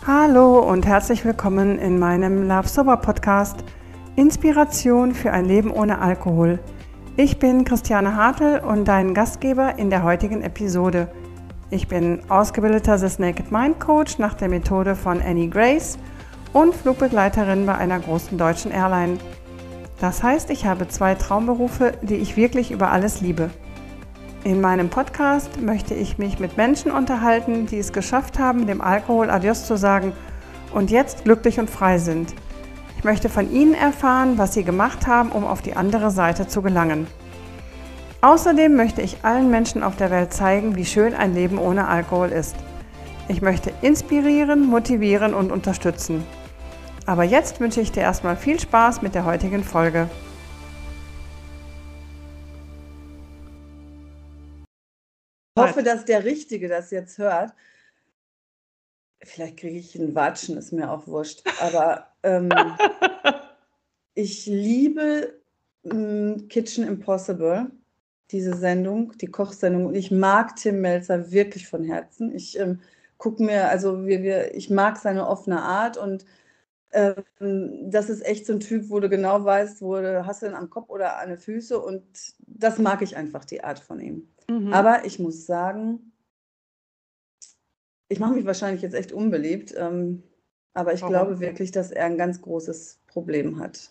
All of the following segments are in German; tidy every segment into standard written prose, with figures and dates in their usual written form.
Hallo und herzlich willkommen in meinem Love Sober Podcast Inspiration für ein Leben ohne Alkohol. Ich bin Christiane Hartl und dein Gastgeber in der heutigen Episode. Ich bin ausgebildeter This Naked Mind Coach nach der Methode von Annie Grace und Flugbegleiterin bei einer großen deutschen Airline. Das heißt, ich habe 2 Traumberufe, die ich wirklich über alles liebe. In meinem Podcast möchte ich mich mit Menschen unterhalten, die es geschafft haben, dem Alkohol Adios zu sagen und jetzt glücklich und frei sind. Ich möchte von ihnen erfahren, was sie gemacht haben, um auf die andere Seite zu gelangen. Außerdem möchte ich allen Menschen auf der Welt zeigen, wie schön ein Leben ohne Alkohol ist. Ich möchte inspirieren, motivieren und unterstützen. Aber jetzt wünsche ich dir erstmal viel Spaß mit der heutigen Folge. Ich hoffe, dass der Richtige das jetzt hört. Vielleicht kriege ich einen Watschen, ist mir auch wurscht. Aber ich liebe Kitchen Impossible, diese Sendung, die Kochsendung. Und ich mag Tim Melzer wirklich von Herzen. Ich gucke mir, also ich mag seine offene Art und das ist echt so ein Typ, wo du genau weißt, hast du denn am Kopf oder an den Füßen, und das mag ich einfach, die Art von ihm. Aber ich muss sagen, ich mache mich wahrscheinlich jetzt echt unbeliebt, aber ich glaube wirklich, dass er ein ganz großes Problem hat.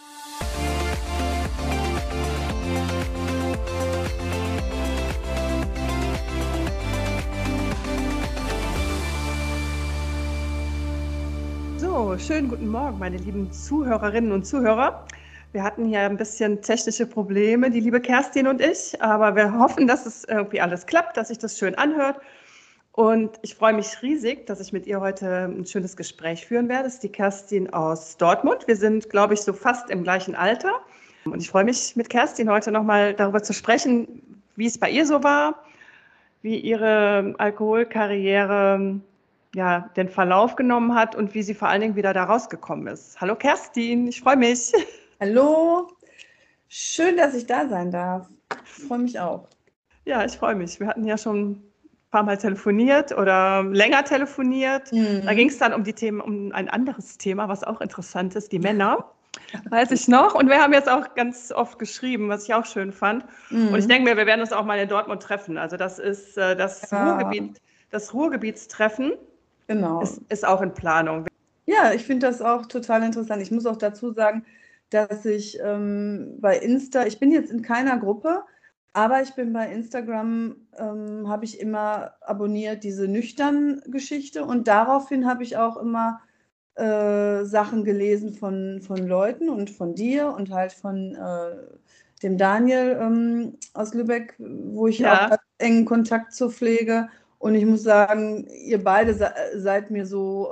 So, schönen guten Morgen, meine lieben Zuhörerinnen und Zuhörer. Wir hatten hier ein bisschen technische Probleme, die liebe Kerstin und ich, aber wir hoffen, dass es irgendwie alles klappt, dass sich das schön anhört. Und ich freue mich riesig, dass ich mit ihr heute ein schönes Gespräch führen werde. Das ist die Kerstin aus Dortmund. Wir sind, glaube ich, so fast im gleichen Alter. Und ich freue mich, mit Kerstin heute nochmal darüber zu sprechen, wie es bei ihr so war, wie ihre Alkoholkarriere den Verlauf genommen hat und wie sie vor allen Dingen wieder da rausgekommen ist. Hallo Kerstin, ich freue mich. Hallo, schön, dass ich da sein darf. Ich freue mich auch. Ja, ich freue mich. Wir hatten ja schon ein paar Mal telefoniert oder länger telefoniert. Da ging es dann um ein anderes Thema, was auch interessant ist, die Männer. Weiß ich noch. Und wir haben jetzt auch ganz oft geschrieben, was ich auch schön fand. Und ich denke mir, wir werden uns auch mal in Dortmund treffen. Also das ist das Ruhrgebietstreffen. Genau. Ist auch in Planung. Ja, ich finde das auch total interessant. Ich muss auch dazu sagen, dass ich bei Insta, ich bin jetzt in keiner Gruppe, aber ich bin bei Instagram, habe ich immer abonniert diese nüchtern Geschichte, und daraufhin habe ich auch immer Sachen gelesen von Leuten und von dir und halt von dem Daniel aus Lübeck, wo ich auch ganz engen Kontakt zu pflege. Und ich muss sagen, ihr beide seid mir so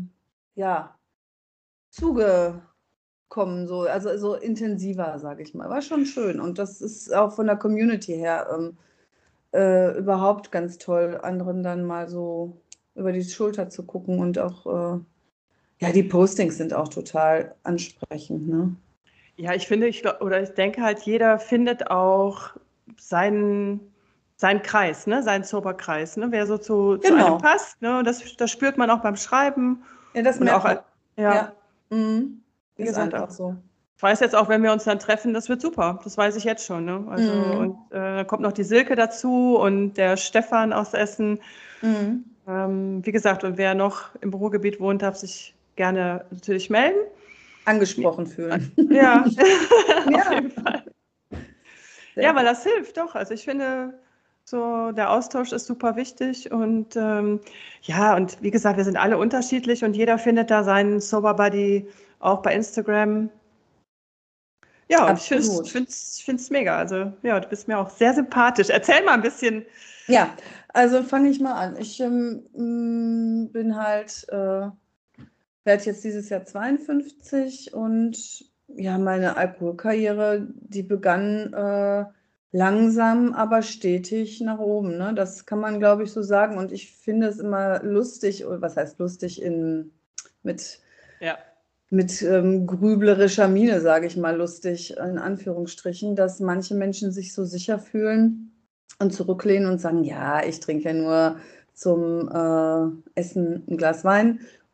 zugekommen, also so intensiver, sage ich mal. War schon schön. Und das ist auch von der Community her überhaupt ganz toll, anderen dann mal so über die Schulter zu gucken, und auch die Postings sind auch total ansprechend, ne? Ja, ich denke halt, jeder findet auch seinen Kreis, ne? Seinen Soberkreis, ne? Wer so zu einem passt, ne? Das spürt man auch beim Schreiben. Ja, das merkt man. Ja. Wie gesagt, auch so. Ich weiß jetzt auch, wenn wir uns dann treffen, das wird super. Das weiß ich jetzt schon, ne? Also, und dann kommt noch die Silke dazu und der Stefan aus Essen. Wie gesagt, und wer noch im Ruhrgebiet wohnt, darf sich gerne natürlich melden. Angesprochen fühlen. Ja, auf jeden Fall. Ja, weil das hilft doch. Also ich finde, so der Austausch ist super wichtig. Und und wie gesagt, wir sind alle unterschiedlich und jeder findet da seinen Sober Buddy auch bei Instagram. Ja, und ich finde es mega. Also ja, du bist mir auch sehr sympathisch. Erzähl mal ein bisschen. Ja, also fange ich mal an. Ich bin halt, werde jetzt dieses Jahr 52, und ja, meine Alkoholkarriere, die begann langsam, aber stetig nach oben, ne? Das kann man, glaube ich, so sagen. Und ich finde es immer lustig, oder was heißt lustig, mit grüblerischer Miene, sage ich mal, lustig, in Anführungsstrichen, dass manche Menschen sich so sicher fühlen und zurücklehnen und sagen, ja, ich trinke ja nur zum Essen ein Glas Wein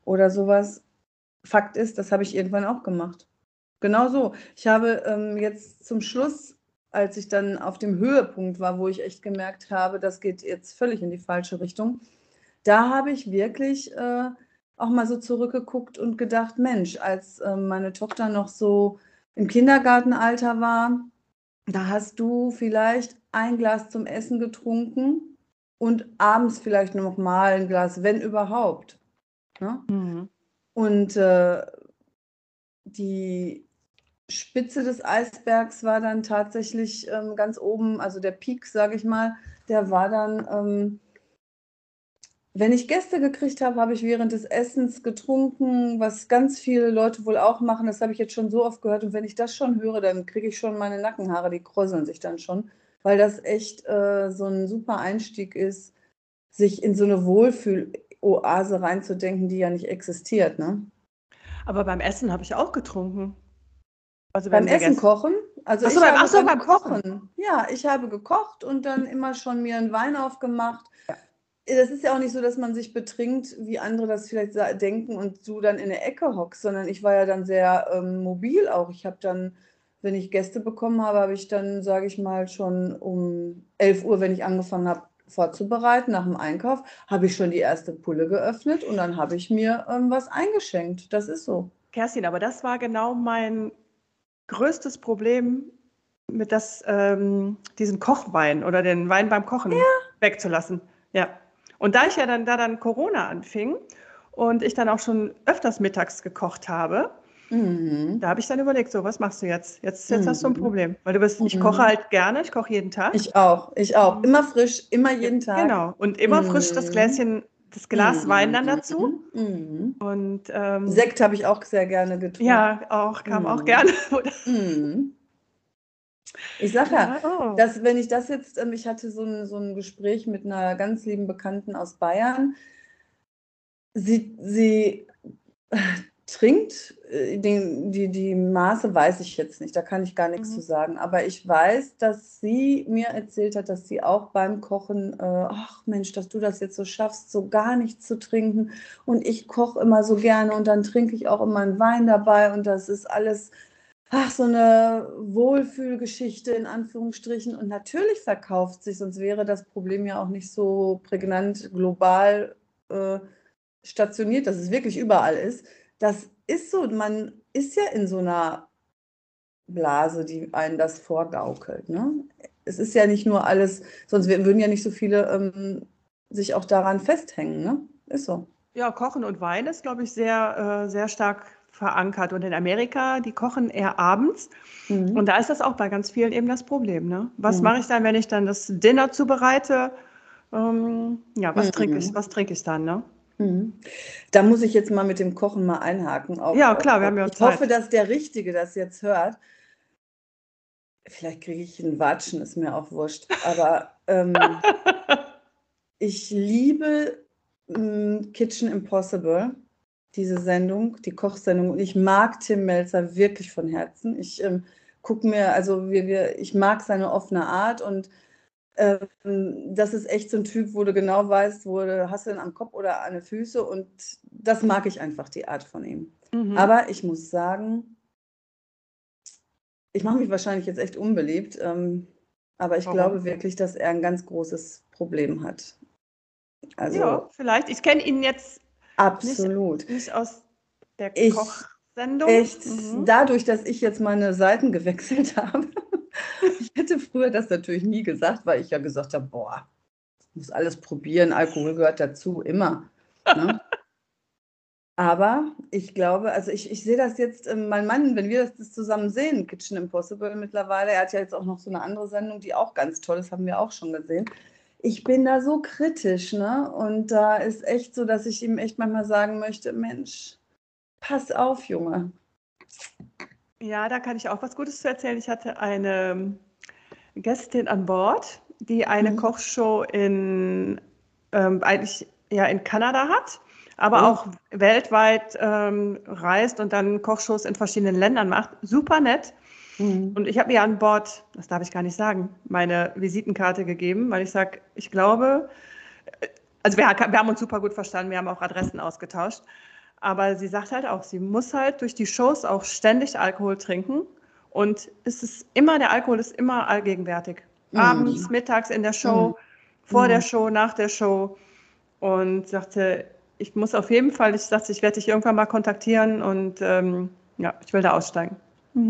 oder sowas. Fakt ist, das habe ich irgendwann auch gemacht. Genau so. Ich habe jetzt zum Schluss, als ich dann auf dem Höhepunkt war, wo ich echt gemerkt habe, das geht jetzt völlig in die falsche Richtung, da habe ich wirklich auch mal so zurückgeguckt und gedacht, Mensch, als meine Tochter noch so im Kindergartenalter war, da hast du vielleicht ein Glas zum Essen getrunken und abends vielleicht noch mal ein Glas, wenn überhaupt. Ne? Mhm. Und die Spitze des Eisbergs war dann tatsächlich ganz oben, also der Peak, sage ich mal, der war dann, wenn ich Gäste gekriegt habe, habe ich während des Essens getrunken, was ganz viele Leute wohl auch machen. Das habe ich jetzt schon so oft gehört. Und wenn ich das schon höre, dann kriege ich schon meine Nackenhaare, die kräuseln sich dann schon, weil das echt so ein super Einstieg ist, sich in so eine Wohlfühl-Oase reinzudenken, die ja nicht existiert, ne? Aber beim Essen habe ich auch getrunken. Also Beim wenn wir Essen Gäste. kochen? Also Ach so, ich habe beim beim Kochen. Kochen, ja, ich habe gekocht und dann immer schon mir einen Wein aufgemacht. Das ist ja auch nicht so, dass man sich betrinkt, wie andere das vielleicht denken und du dann in der Ecke hockst, sondern ich war ja dann sehr mobil auch. Ich habe dann, wenn ich Gäste bekommen habe, habe ich dann, sage ich mal, schon um 11 Uhr, wenn ich angefangen habe vorzubereiten, nach dem Einkauf, habe ich schon die erste Pulle geöffnet und dann habe ich mir was eingeschenkt. Das ist so. Kerstin, aber das war genau mein größtes Problem mit diesen Kochwein oder den Wein beim Kochen wegzulassen. Ja. Und da ich ja dann Corona anfing und ich dann auch schon öfters mittags gekocht habe, da habe ich dann überlegt, so, was machst du jetzt? Jetzt hast du ein Problem. Weil ich koche halt gerne, ich koche jeden Tag. Ich auch, ich auch. Immer frisch, immer jeden Tag. Genau. Und immer frisch das Glas Wein dann dazu. Mhm. Und Sekt habe ich auch sehr gerne getrunken. ja, kam auch gerne. Mhm. Ich sage ja, dass wenn ich das jetzt, ich hatte so ein Gespräch mit einer ganz lieben Bekannten aus Bayern. Sie trinkt, die Maße weiß ich jetzt nicht, da kann ich gar nichts zu sagen. Aber ich weiß, dass sie mir erzählt hat, dass sie auch beim Kochen, ach Mensch, dass du das jetzt so schaffst, so gar nichts zu trinken. Und ich koche immer so gerne und dann trinke ich auch immer einen Wein dabei und das ist alles, ach, so eine Wohlfühlgeschichte in Anführungsstrichen. Und natürlich verkauft sich, sonst wäre das Problem ja auch nicht so prägnant global stationiert, dass es wirklich überall ist. Das ist so, man ist ja in so einer Blase, die einen das vorgaukelt. Ne? Es ist ja nicht nur alles, sonst würden ja nicht so viele sich auch daran festhängen. Ne? Ist so. Ja, Kochen und Wein ist, glaube ich, sehr stark verankert. Und in Amerika, die kochen eher abends. Mhm. Und da ist das auch bei ganz vielen eben das Problem. Ne? Was mache ich dann, wenn ich dann das Dinner zubereite? Ja, was trinke ich dann? Ne? Da muss ich jetzt mal mit dem Kochen mal einhaken. Ja, klar, wir haben ja Ich hoffe, Zeit. dass der Richtige das jetzt hört. Vielleicht kriege ich einen Watschen, ist mir auch wurscht. Aber ich liebe Kitchen Impossible, diese Sendung, die Kochsendung. Und ich mag Tim Melzer wirklich von Herzen. Ich gucke mir, also ich mag seine offene Art und das ist echt so ein Typ, wo du genau weißt, hast du ihn am Kopf oder an den Füßen und das mag ich einfach, die Art von ihm. Aber ich muss sagen, ich mache mich wahrscheinlich jetzt echt unbeliebt, aber ich Warum? glaube wirklich, dass er ein ganz großes Problem hat. Also Ja, vielleicht. Ich kenne ihn jetzt absolut. nicht aus der Ich Kochsendung. echt, dadurch, dass ich jetzt meine Seiten gewechselt habe, ich hätte früher das natürlich nie gesagt, weil ich ja gesagt habe, boah, ich muss alles probieren, Alkohol gehört dazu, immer. Ne? Aber ich glaube, also ich sehe das jetzt, mein Mann, wenn wir das zusammen sehen, Kitchen Impossible mittlerweile, er hat ja jetzt auch noch so eine andere Sendung, die auch ganz toll ist, haben wir auch schon gesehen. Ich bin da so kritisch, ne? Und da ist echt so, dass ich ihm echt manchmal sagen möchte, Mensch, pass auf, Junge. Ja, da kann ich auch was Gutes zu erzählen. Ich hatte eine Gästin an Bord, die eine Kochshow eigentlich in Kanada hat, aber auch weltweit reist und dann Kochshows in verschiedenen Ländern macht. Super nett. Und ich habe ihr an Bord, das darf ich gar nicht sagen, meine Visitenkarte gegeben, weil ich sage, ich glaube, also wir haben uns super gut verstanden, wir haben auch Adressen ausgetauscht. aber sie sagt halt auch, sie muss halt durch die Shows auch ständig Alkohol trinken und der Alkohol ist immer allgegenwärtig. Abends, mittags in der Show, vor der Show, nach der Show und sagte, ich werde dich irgendwann mal kontaktieren und ich will da aussteigen.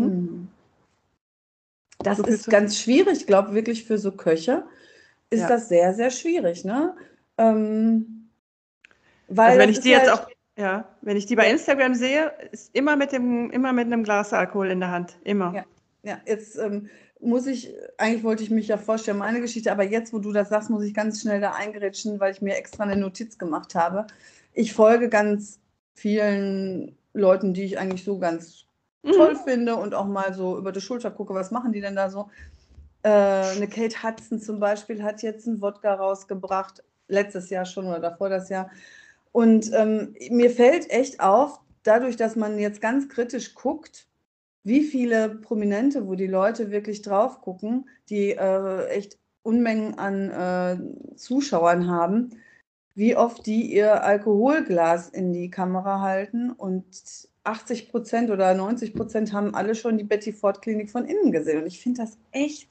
Das ist ganz schwierig, ich glaube wirklich für so Köche ist das sehr, sehr schwierig, ne? Weil also wenn ich die jetzt auch, wenn ich die bei Instagram sehe, ist immer mit einem Glas Alkohol in der Hand, immer. Ja, jetzt eigentlich wollte ich mich ja vorstellen, meine Geschichte, aber jetzt, wo du das sagst, muss ich ganz schnell da eingerätschen, weil ich mir extra eine Notiz gemacht habe. Ich folge ganz vielen Leuten, die ich eigentlich so ganz toll finde und auch mal so über die Schulter gucke, was machen die denn da so? Eine Kate Hudson zum Beispiel hat jetzt einen Wodka rausgebracht, letztes Jahr schon oder davor das Jahr. Und mir fällt echt auf, dadurch, dass man jetzt ganz kritisch guckt, wie viele Prominente, wo die Leute wirklich drauf gucken, die echt Unmengen an Zuschauern haben, wie oft die ihr Alkoholglas in die Kamera halten und 80% oder 90% haben alle schon die Betty Ford Klinik von innen gesehen. Und ich finde das echt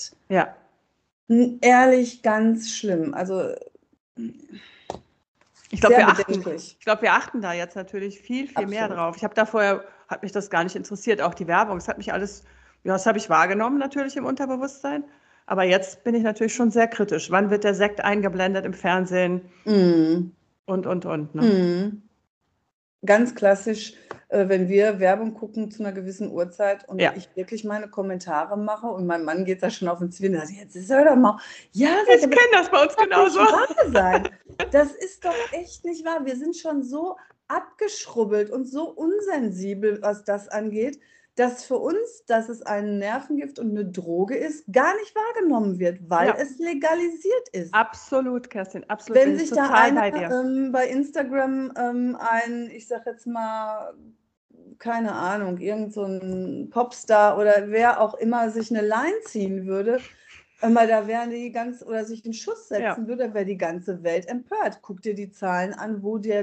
ehrlich ganz schlimm. Also ich glaube, wir achten da jetzt natürlich viel mehr drauf. Hat mich das gar nicht interessiert, auch die Werbung. Es hat mich alles, das habe ich wahrgenommen natürlich im Unterbewusstsein. Aber jetzt bin ich natürlich schon sehr kritisch. Wann wird der Sekt eingeblendet im Fernsehen? Und. Ne? Ganz klassisch, wenn wir Werbung gucken zu einer gewissen Uhrzeit und ich wirklich meine Kommentare mache und mein Mann geht da schon auf den Zwirn und sagt, jetzt hör doch mal. Ja, ich kenne das bei uns genauso. Das ist doch echt nicht wahr. Wir sind schon so abgeschrubbelt und so unsensibel, was das angeht, dass für uns, dass es ein Nervengift und eine Droge ist, gar nicht wahrgenommen wird, weil es legalisiert ist. Absolut, Kerstin, absolut. Wenn sich da einer bei Instagram ich sag jetzt mal, keine Ahnung, irgend so ein Popstar oder wer auch immer sich eine Line ziehen würde, da wären die oder sich den Schuss setzen würde, wäre die ganze Welt empört. Guck dir die Zahlen an, wo der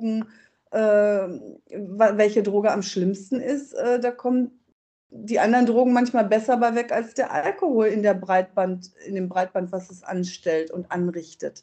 welche Droge am schlimmsten ist. Da kommen die anderen Drogen manchmal besser bei weg als der Alkohol in dem Breitband, was es anstellt und anrichtet.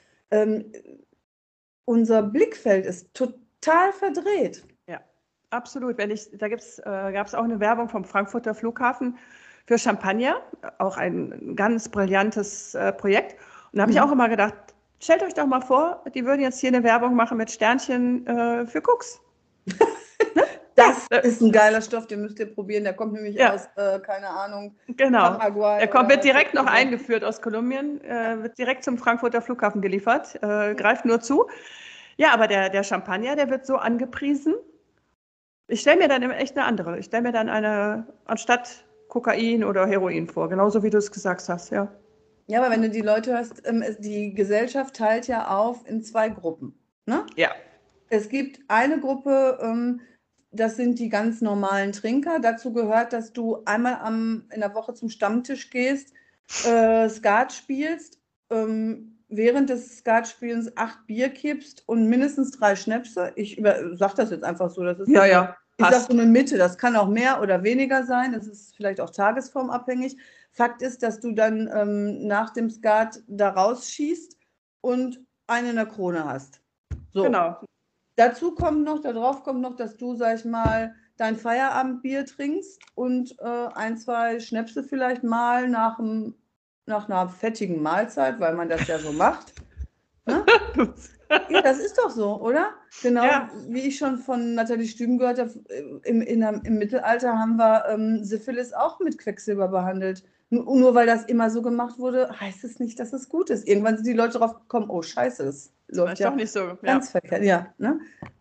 Unser Blickfeld ist total verdreht. Ja, absolut. Da gab es auch eine Werbung vom Frankfurter Flughafen für Champagner, auch ein ganz brillantes Projekt. Und da habe ich auch immer gedacht, stellt euch doch mal vor, die würden jetzt hier eine Werbung machen mit Sternchen für Koks. Das ist ein geiler Stoff, den müsst ihr probieren. Der kommt nämlich aus, keine Ahnung, Paraguay. Wird direkt noch eingeführt aus Kolumbien, wird direkt zum Frankfurter Flughafen geliefert, greift nur zu. Ja, aber der Champagner, der wird so angepriesen. Ich stelle mir dann echt eine andere. Ich stelle mir dann eine anstatt Kokain oder Heroin vor, genauso wie du es gesagt hast, ja. Ja, aber wenn du die Leute hörst, die Gesellschaft teilt ja auf in 2 Gruppen, ne? Ja. Es gibt eine Gruppe, das sind die ganz normalen Trinker. Dazu gehört, dass du einmal in der Woche zum Stammtisch gehst, Skat spielst, während des Skatspielens 8 Bier kippst und mindestens 3 Schnäpse. Ich sage das jetzt einfach so. Das ist ich sage so eine Mitte. Das kann auch mehr oder weniger sein. Das ist vielleicht auch tagesformabhängig. Fakt ist, dass du dann nach dem Skat da rausschießt und eine in der Krone hast. So. Genau. Darauf kommt noch, dass du, sag ich mal, dein Feierabendbier trinkst und 1, 2 Schnäpse vielleicht mal nach einer fettigen Mahlzeit, weil man das ja so macht. Ne? Ja, das ist doch so, oder? Genau, wie ich schon von Nathalie Stüben gehört habe, im Mittelalter haben wir Syphilis auch mit Quecksilber behandelt. Nur weil das immer so gemacht wurde, heißt es nicht, dass es gut ist. Irgendwann sind die Leute drauf gekommen, oh Scheiße, das läuft ja doch nicht so. Ganz verkehrt. Ja, ne?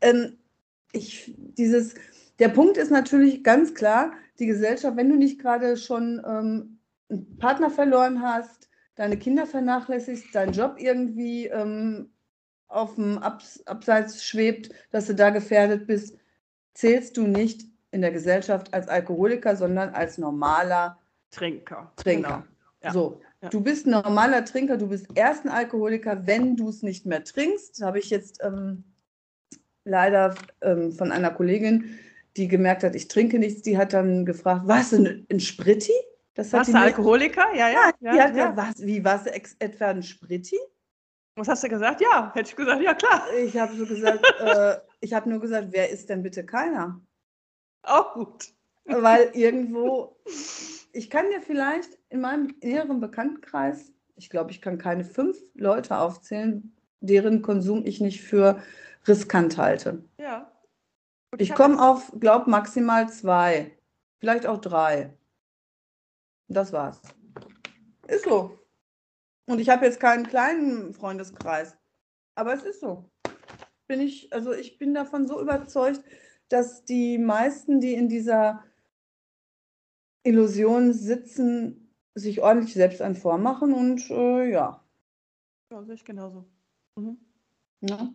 Der Punkt ist natürlich ganz klar, die Gesellschaft, wenn du nicht gerade schon einen Partner verloren hast, deine Kinder vernachlässigst, dein Job irgendwie auf dem Abseits schwebt, dass du da gefährdet bist, zählst du nicht in der Gesellschaft als Alkoholiker, sondern als normaler Trinker. Genau. Ja. So, du bist ein normaler Trinker, du bist erst ein Alkoholiker, wenn du es nicht mehr trinkst. Da habe ich jetzt leider von einer Kollegin, die gemerkt hat, ich trinke nichts, die hat dann gefragt, was, ein Spritti? Das hat Warst die du mir, Alkoholiker? Ja, ja, ja, die ja, hat gesagt, ja. was, wie, warst du etwa ein Spritti? Was hast du gesagt? Ja, hätte ich gesagt, ja klar. Ich habe so gesagt, ich habe nur gesagt, wer ist denn bitte keiner? Auch gut. Weil irgendwo, ich kann dir vielleicht in meinem näheren Bekanntenkreis, ich glaube, ich kann keine 5 Leute aufzählen, deren Konsum ich nicht für riskant halte. Ja. Gut, Ich komme auf, glaube maximal 2, vielleicht auch 3. Das war's. Ist so. Und ich habe jetzt keinen kleinen Freundeskreis, aber es ist so. Ich bin davon so überzeugt, dass die meisten, die in dieser Illusion sitzen, sich ordentlich selbst einen vormachen und ja. Ja, sehe ich genauso. Mhm. Ja.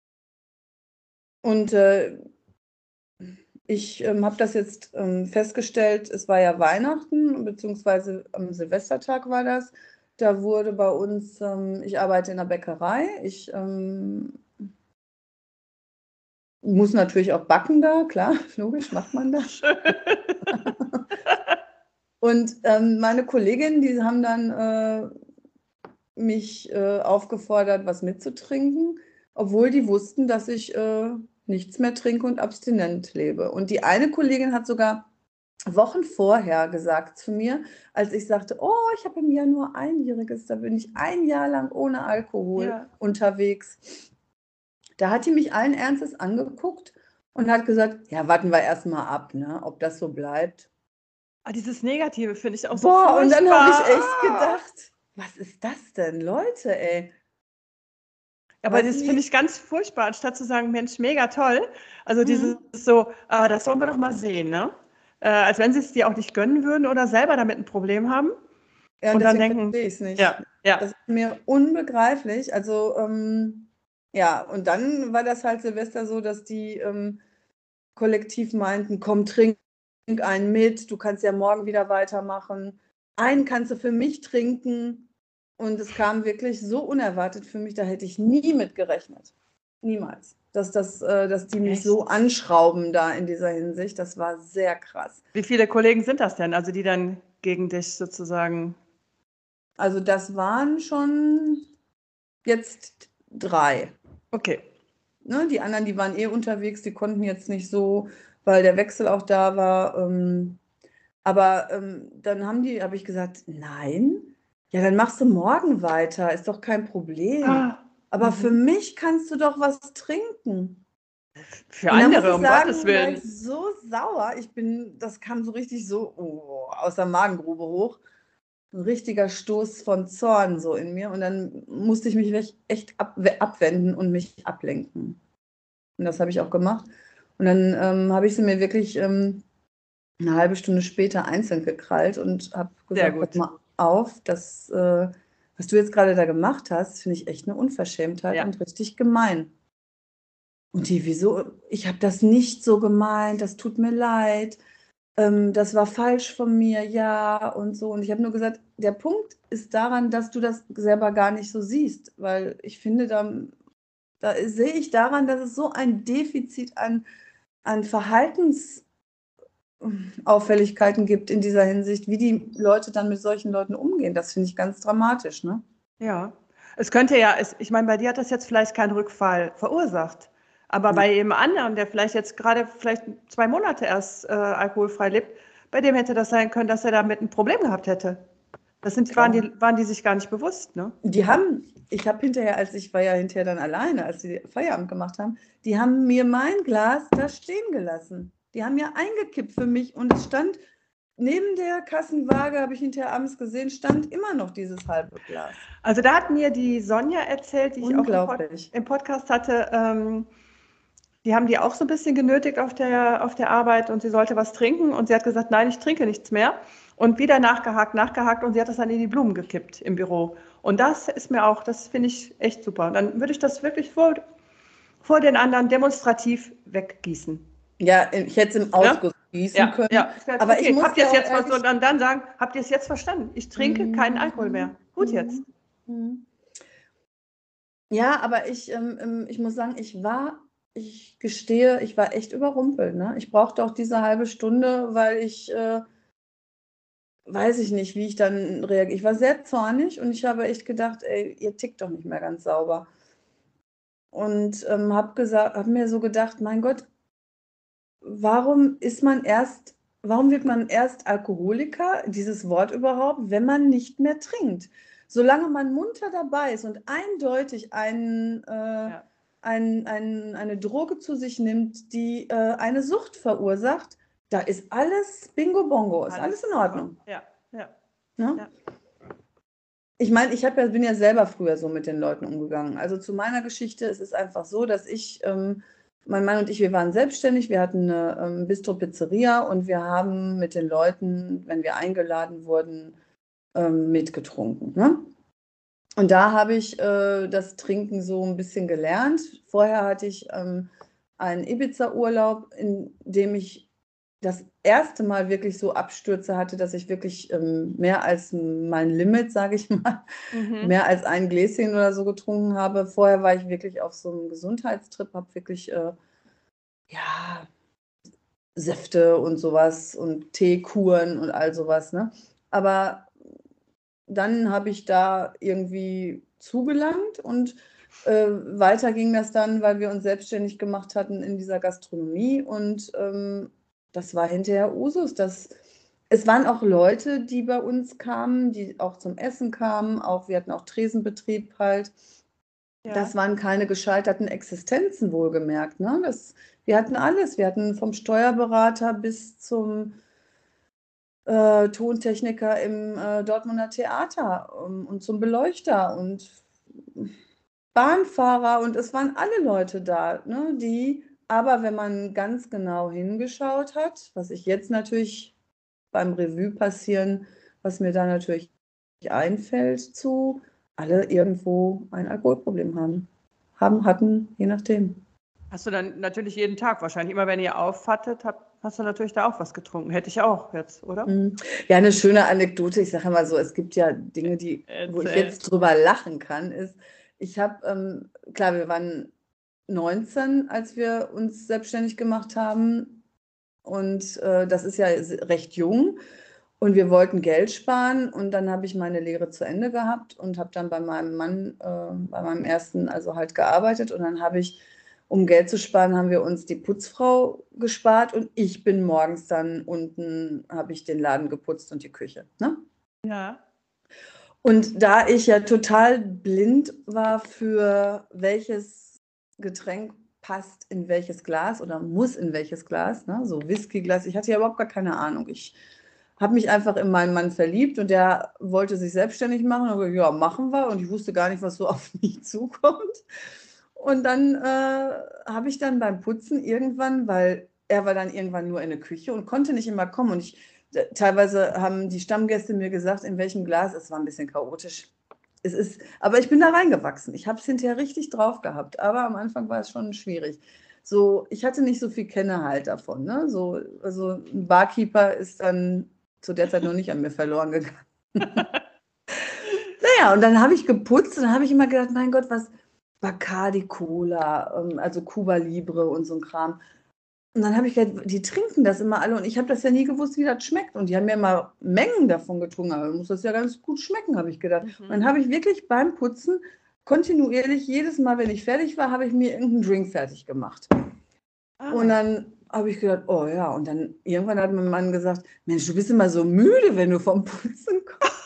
Und ich habe das jetzt festgestellt, es war ja Weihnachten, beziehungsweise am Silvestertag war das. Da wurde bei uns, ich arbeite in der Bäckerei, ich muss natürlich auch backen da, klar, logisch, macht man das. Und meine Kolleginnen, die haben dann mich aufgefordert, was mitzutrinken, obwohl die wussten, dass ich nichts mehr trinke und abstinent lebe. Und die eine Kollegin hat sogar Wochen vorher gesagt zu mir, als ich sagte, oh, ich habe im Januar Einjähriges, da bin ich ein Jahr lang ohne Alkohol unterwegs. Da hat die mich allen Ernstes angeguckt und hat gesagt, ja, warten wir erstmal ab, ne, ob das so bleibt. Dieses Negative finde ich auch so Boah, furchtbar. und dann habe ich echt gedacht, was ist das denn, Leute, ey? Aber das finde ich ganz furchtbar, anstatt zu sagen, Mensch, mega toll. Also dieses so, das sollen wir doch mal sehen, ne? Als wenn sie es dir auch nicht gönnen würden oder selber damit ein Problem haben. Ja, und dann denken, verstehe ich es nicht. Ja. Das ist mir unbegreiflich. Also, ja, und dann war das halt Silvester so, dass die kollektiv meinten, komm, trink einen mit, du kannst ja morgen wieder weitermachen. Einen kannst du für mich trinken. Und es kam wirklich so unerwartet für mich, da hätte ich nie mit gerechnet. Niemals. Dass die mich so anschrauben da in dieser Hinsicht, das war sehr krass. Wie viele Kollegen sind das denn, also die dann gegen dich sozusagen? Also das waren schon jetzt 3. Okay. Ne, die anderen, die waren unterwegs, die konnten jetzt nicht so, weil der Wechsel auch da war. Aber dann habe ich gesagt, nein, ja, dann machst du morgen weiter, ist doch kein Problem. Aber für mich kannst du doch was trinken. Für andere, um Gottes Willen. War ich so sauer. Das kam so richtig so aus der Magengrube hoch. Ein richtiger Stoß von Zorn so in mir. Und dann musste ich mich echt abwenden und mich ablenken. Und das habe ich auch gemacht. Und dann habe ich sie mir wirklich eine halbe Stunde später einzeln gekrallt und habe gesagt, pass mal auf, was du jetzt gerade da gemacht hast, finde ich echt eine Unverschämtheit und richtig gemein. Und die, wieso? Ich habe das nicht so gemeint, das tut mir leid, das war falsch von mir, ja, und so. Und ich habe nur gesagt, der Punkt ist daran, dass du das selber gar nicht so siehst, weil ich finde, da sehe ich daran, dass es so ein Defizit an Verhaltensauffälligkeiten gibt in dieser Hinsicht, wie die Leute dann mit solchen Leuten umgehen. Das finde ich ganz dramatisch, ne? Ja, es könnte ja, ich meine, bei dir hat das jetzt vielleicht keinen Rückfall verursacht, aber bei jedem anderen, der vielleicht 2 Monate erst alkoholfrei lebt, bei dem hätte das sein können, dass er damit ein Problem gehabt hätte. Waren die sich gar nicht bewusst, ne? Ich habe hinterher, ich war ja hinterher dann alleine, als sie Feierabend gemacht haben, die haben mir mein Glas da stehen gelassen. Die haben ja eingekippt für mich und es stand neben der Kassenwaage, habe ich hinterher abends gesehen, stand immer noch dieses halbe Glas. Also da hat mir die Sonja erzählt, die ich auch im Podcast hatte, die haben die auch so ein bisschen genötigt auf der Arbeit und sie sollte was trinken und sie hat gesagt, nein, ich trinke nichts mehr. Und wieder nachgehakt und sie hat das dann in die Blumen gekippt im Büro. Und das finde ich echt super. Und dann würde ich das wirklich vor den anderen demonstrativ weggießen. Ja, ich hätte es im Ausguss gießen können. Ja. Aber okay, ich muss habt ihr es jetzt und dann sagen, habt ihr es jetzt verstanden? Ich trinke keinen Alkohol mehr. Gut jetzt. Ja, aber ich muss sagen, ich war ich gestehe, ich war echt überrumpelt. Ne? Ich brauchte auch diese halbe Stunde, weil ich, weiß ich nicht, wie ich dann reagiere. Ich war sehr zornig und ich habe echt gedacht, ey, ihr tickt doch nicht mehr ganz sauber. Und habe mir so gedacht, mein Gott, warum wird man erst Alkoholiker, dieses Wort überhaupt, wenn man nicht mehr trinkt? Solange man munter dabei ist und eindeutig Ja. eine Droge zu sich nimmt, die eine Sucht verursacht, da ist alles Bingo Bongo, ist alles in Ordnung. Ja, ja. Ne? Ja. Ich meine, bin ja selber früher so mit den Leuten umgegangen. Also zu meiner Geschichte, es ist einfach so, dass mein Mann und ich, wir waren selbstständig, wir hatten eine Bistro-Pizzeria und wir haben mit den Leuten, wenn wir eingeladen wurden, mitgetrunken. Ne? Und da habe ich das Trinken so ein bisschen gelernt. Vorher hatte ich einen Ibiza-Urlaub, in dem ich das erste Mal wirklich so Abstürze hatte, dass ich wirklich mehr als mein Limit, sage ich mal, mehr als ein Gläschen oder so getrunken habe. Vorher war ich wirklich auf so einem Gesundheitstrip, habe wirklich ja, Säfte und sowas und Teekuren und all sowas. Ne? Aber dann habe ich da irgendwie zugelangt und weiter ging das dann, weil wir uns selbstständig gemacht hatten in dieser Gastronomie und das war hinterher Usus. Es waren auch Leute, die bei uns kamen, die auch zum Essen kamen, wir hatten auch Tresenbetrieb halt. Ja. Das waren keine gescheiterten Existenzen, wohlgemerkt. Ne? Wir hatten alles. Wir hatten vom Steuerberater bis zum Tontechniker im Dortmunder Theater und zum Beleuchter und Bahnfahrer und es waren alle Leute da, ne, aber wenn man ganz genau hingeschaut hat, was ich jetzt natürlich beim Revue passieren, was mir da natürlich einfällt, alle irgendwo ein Alkoholproblem hatten, je nachdem. Hast du dann natürlich jeden Tag wahrscheinlich, immer wenn ihr aufhattet, hast du natürlich da auch was getrunken. Hätte ich auch jetzt, oder? Ja, eine schöne Anekdote. Ich sage immer so, es gibt ja Dinge, wo ich jetzt drüber lachen kann, ich habe, klar, wir waren 19, als wir uns selbstständig gemacht haben und das ist ja recht jung und wir wollten Geld sparen und dann habe ich meine Lehre zu Ende gehabt und habe dann bei meinem Mann, bei meinem ersten, also halt gearbeitet und dann um Geld zu sparen, haben wir uns die Putzfrau gespart und ich bin morgens dann unten, habe ich den Laden geputzt und die Küche. Ne? Ja. Und da ich ja total blind war für welches Getränk passt in welches Glas oder muss in welches Glas, ne? So Whiskyglas, ich hatte ja überhaupt gar keine Ahnung. Ich habe mich einfach in meinen Mann verliebt und der wollte sich selbstständig machen. Und ja, machen wir. Und ich wusste gar nicht, was so auf mich zukommt. Und dann habe ich dann beim Putzen irgendwann, weil er war dann irgendwann nur in der Küche und konnte nicht immer kommen. Und teilweise haben die Stammgäste mir gesagt, in welchem Glas. Es war ein bisschen chaotisch. Aber ich bin da reingewachsen. Ich habe es hinterher richtig drauf gehabt. Aber am Anfang war es schon schwierig. So, ich hatte nicht so viel Kenne halt davon. Ne? Also ein Barkeeper ist dann zu der Zeit noch nicht an mir verloren gegangen. Naja, und dann habe ich geputzt und dann habe ich immer gedacht, mein Gott, was Bacardi Cola, also Cuba Libre und so ein Kram. Und dann habe ich gedacht, die trinken das immer alle und ich habe das ja nie gewusst, wie das schmeckt. Und die haben ja immer Mengen davon getrunken, aber muss das ja ganz gut schmecken, habe ich gedacht. Und dann habe ich wirklich beim Putzen kontinuierlich, jedes Mal, wenn ich fertig war, habe ich mir irgendeinen Drink fertig gemacht. Und dann habe ich gedacht, oh ja, und dann irgendwann hat mein Mann gesagt, Mensch, du bist immer so müde, wenn du vom Putzen kommst.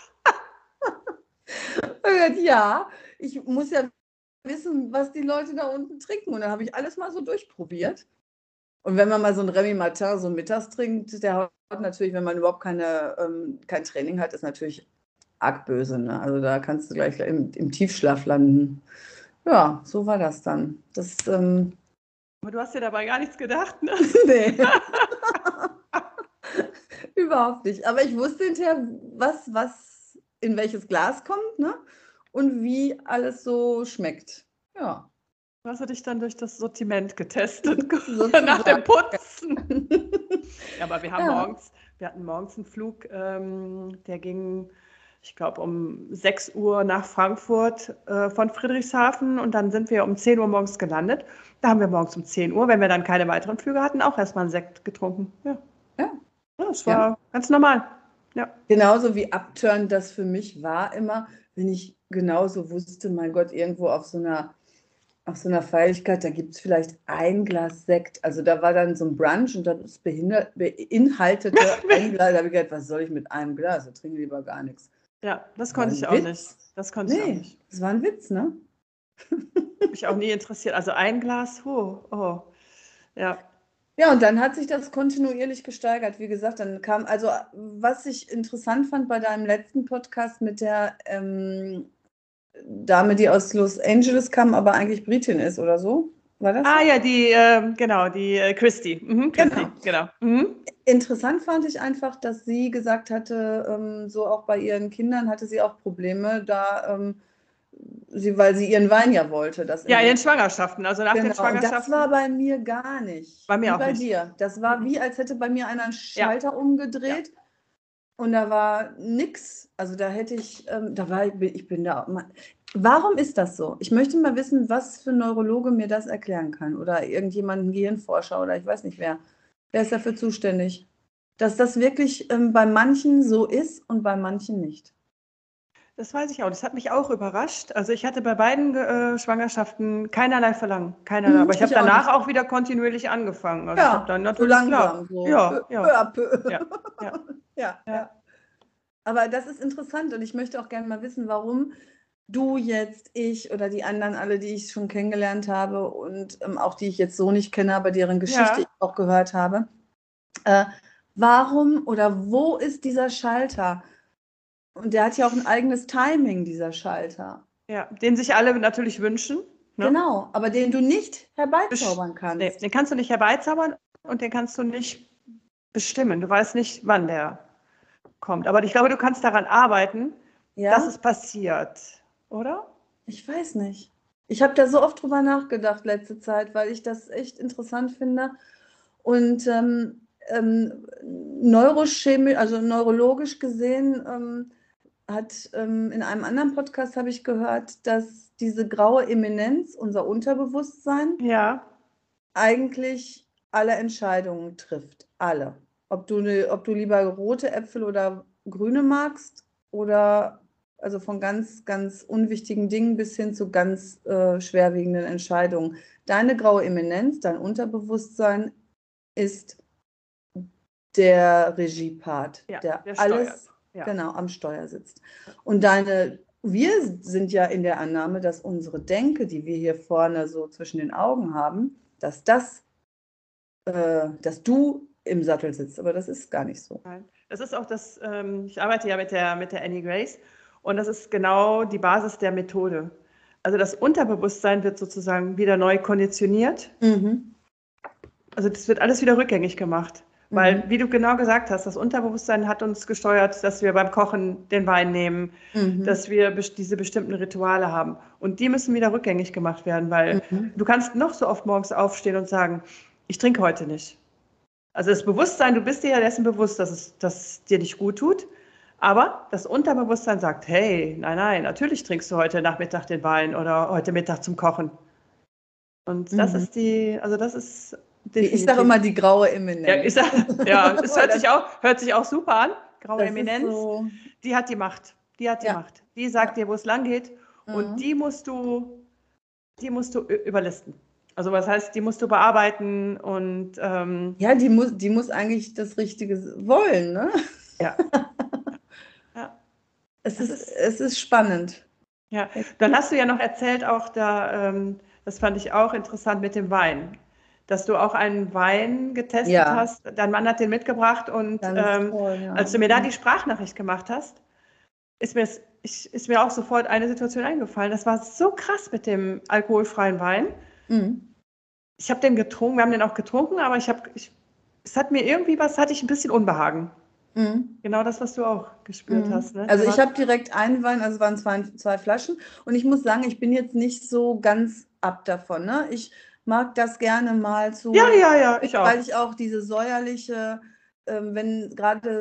Und ja, ich muss ja wissen, was die Leute da unten trinken. Und dann habe ich alles mal so durchprobiert. Und wenn man mal so ein Remy Martin so mittags trinkt, der haut natürlich, wenn man überhaupt kein Training hat, ist natürlich arg böse. Ne? Also da kannst du gleich im Tiefschlaf landen. Ja, so war das dann. Aber du hast dir dabei gar nichts gedacht, ne? Nee. Überhaupt nicht. Aber ich wusste hinterher, was in welches Glas kommt, ne? Und wie alles so schmeckt. Ja. Du hast dich dann durch das Sortiment getestet nach dem Putzen. Ja, aber wir hatten morgens einen Flug, der ging ich glaube, um 6 Uhr nach Frankfurt von Friedrichshafen und dann sind wir um 10 Uhr morgens gelandet. Da haben wir morgens um 10 Uhr, wenn wir dann keine weiteren Flüge hatten, auch erstmal einen Sekt getrunken. Ja, Ja, das ja. war ganz normal. Ja. Genauso wie Upturn das für mich war immer, wenn ich genauso wusste, mein Gott, irgendwo auf so einer Feierlichkeit, da gibt es vielleicht ein Glas Sekt. Also da war dann so ein Brunch und das beinhaltete ein Glas. Da habe ich gedacht, was soll ich mit einem Glas? Da trinke ich lieber gar nichts. Ja, das War konnte ein ich auch Witz. nicht. Das konnte ich auch Nee, nicht. das war ein Witz, ne? Mich auch nie interessiert. Also ein Glas, oh. Ja. Ja, und dann hat sich das kontinuierlich gesteigert. Wie gesagt, dann kam, also was ich interessant fand bei deinem letzten Podcast mit der Dame, die aus Los Angeles kam, aber eigentlich Britin ist oder so, war das Ah so? ja, die Christy. Christy, genau. Interessant fand ich einfach, dass sie gesagt hatte, so auch bei ihren Kindern hatte sie auch Probleme, weil sie ihren Wein ja wollte. Ja, in den Schwangerschaften, also nach den Genau, und das Schwangerschaften. war bei mir gar nicht. Bei mir Wie auch bei nicht. dir. Das war wie, als hätte bei mir einer einen Ja. Schalter umgedreht und da war nix. Also da hätte ich, ich bin da. Warum ist das so? Ich möchte mal wissen, was für ein Neurologe mir das erklären kann oder irgendjemand, ein Gehirnforscher oder ich weiß nicht wer. Wer ist dafür zuständig? Dass das wirklich bei manchen so ist und bei manchen nicht. Das weiß ich auch. Das hat mich auch überrascht. Also ich hatte bei beiden Schwangerschaften keinerlei Verlangen. Keinerlei. Aber ich habe Ich auch danach nicht. auch wieder kontinuierlich angefangen. Also ich habe dann So natürlich klar. langsam, so Ja. peu à peu. Ja. Ja. Aber das ist interessant und ich möchte auch gerne mal wissen, warum du jetzt, ich oder die anderen alle, die ich schon kennengelernt habe und auch die ich jetzt so nicht kenne, aber deren Geschichte ich auch gehört habe, warum oder wo ist dieser Schalter? Und der hat ja auch ein eigenes Timing, dieser Schalter. Ja, den sich alle natürlich wünschen. Ne? Genau, aber den du nicht herbeizaubern kannst. Nee, den kannst du nicht herbeizaubern und den kannst du nicht bestimmen. Du weißt nicht, wann der kommt. Aber ich glaube, du kannst daran arbeiten, dass es passiert, oder? Ich weiß nicht. Ich habe da so oft drüber nachgedacht letzte Zeit, weil ich das echt interessant finde. Und neurologisch gesehen in einem anderen Podcast habe ich gehört, dass diese graue Eminenz, unser Unterbewusstsein, eigentlich alle Entscheidungen trifft. Alle. Ob du lieber rote Äpfel oder grüne magst oder also von ganz, ganz unwichtigen Dingen bis hin zu ganz schwerwiegenden Entscheidungen. Deine graue Eminenz, dein Unterbewusstsein ist der Regiepart, der alles genau am Steuer sitzt. Und wir sind ja in der Annahme, dass unsere Denke, die wir hier vorne so zwischen den Augen haben, dass du im Sattel sitzt, aber das ist gar nicht so. Nein. Das ist auch ich arbeite ja mit der Annie Grace und das ist genau die Basis der Methode. Also das Unterbewusstsein wird sozusagen wieder neu konditioniert. Also das wird alles wieder rückgängig gemacht. Weil, wie du genau gesagt hast, das Unterbewusstsein hat uns gesteuert, dass wir beim Kochen den Wein nehmen, dass wir diese bestimmten Rituale haben. Und die müssen wieder rückgängig gemacht werden, weil du kannst noch so oft morgens aufstehen und sagen, ich trinke heute nicht. Also das Bewusstsein, du bist dir ja dessen bewusst, dass es dir nicht gut tut. Aber das Unterbewusstsein sagt, hey, nein, natürlich trinkst du heute Nachmittag den Wein oder heute Mittag zum Kochen. Und das ist ich sage immer die graue Eminenz. Das hört sich auch super an. Graue Eminenz, die hat die Macht. Die sagt dir, wo es lang geht. Und die musst du überlisten. Also was heißt, die musst du bearbeiten und die muss eigentlich das Richtige wollen, ne? Ja. Es ist spannend. Ja, dann hast du ja noch erzählt auch das fand ich auch interessant mit dem Wein, dass du auch einen Wein getestet hast. Dein Mann hat den mitgebracht und als du mir da die Sprachnachricht gemacht hast, ist mir auch sofort eine Situation eingefallen. Das war so krass mit dem alkoholfreien Wein. Ich habe den getrunken, wir haben den auch getrunken, aber es hat mir hatte ich ein bisschen Unbehagen. Genau das, was du auch gespürt hast. Ne? Also ich habe direkt einen Wein, also es waren zwei Flaschen und ich muss sagen, ich bin jetzt nicht so ganz ab davon. Ne? Ich mag das gerne mal Ja, ich auch. weil ich auch diese säuerliche, wenn gerade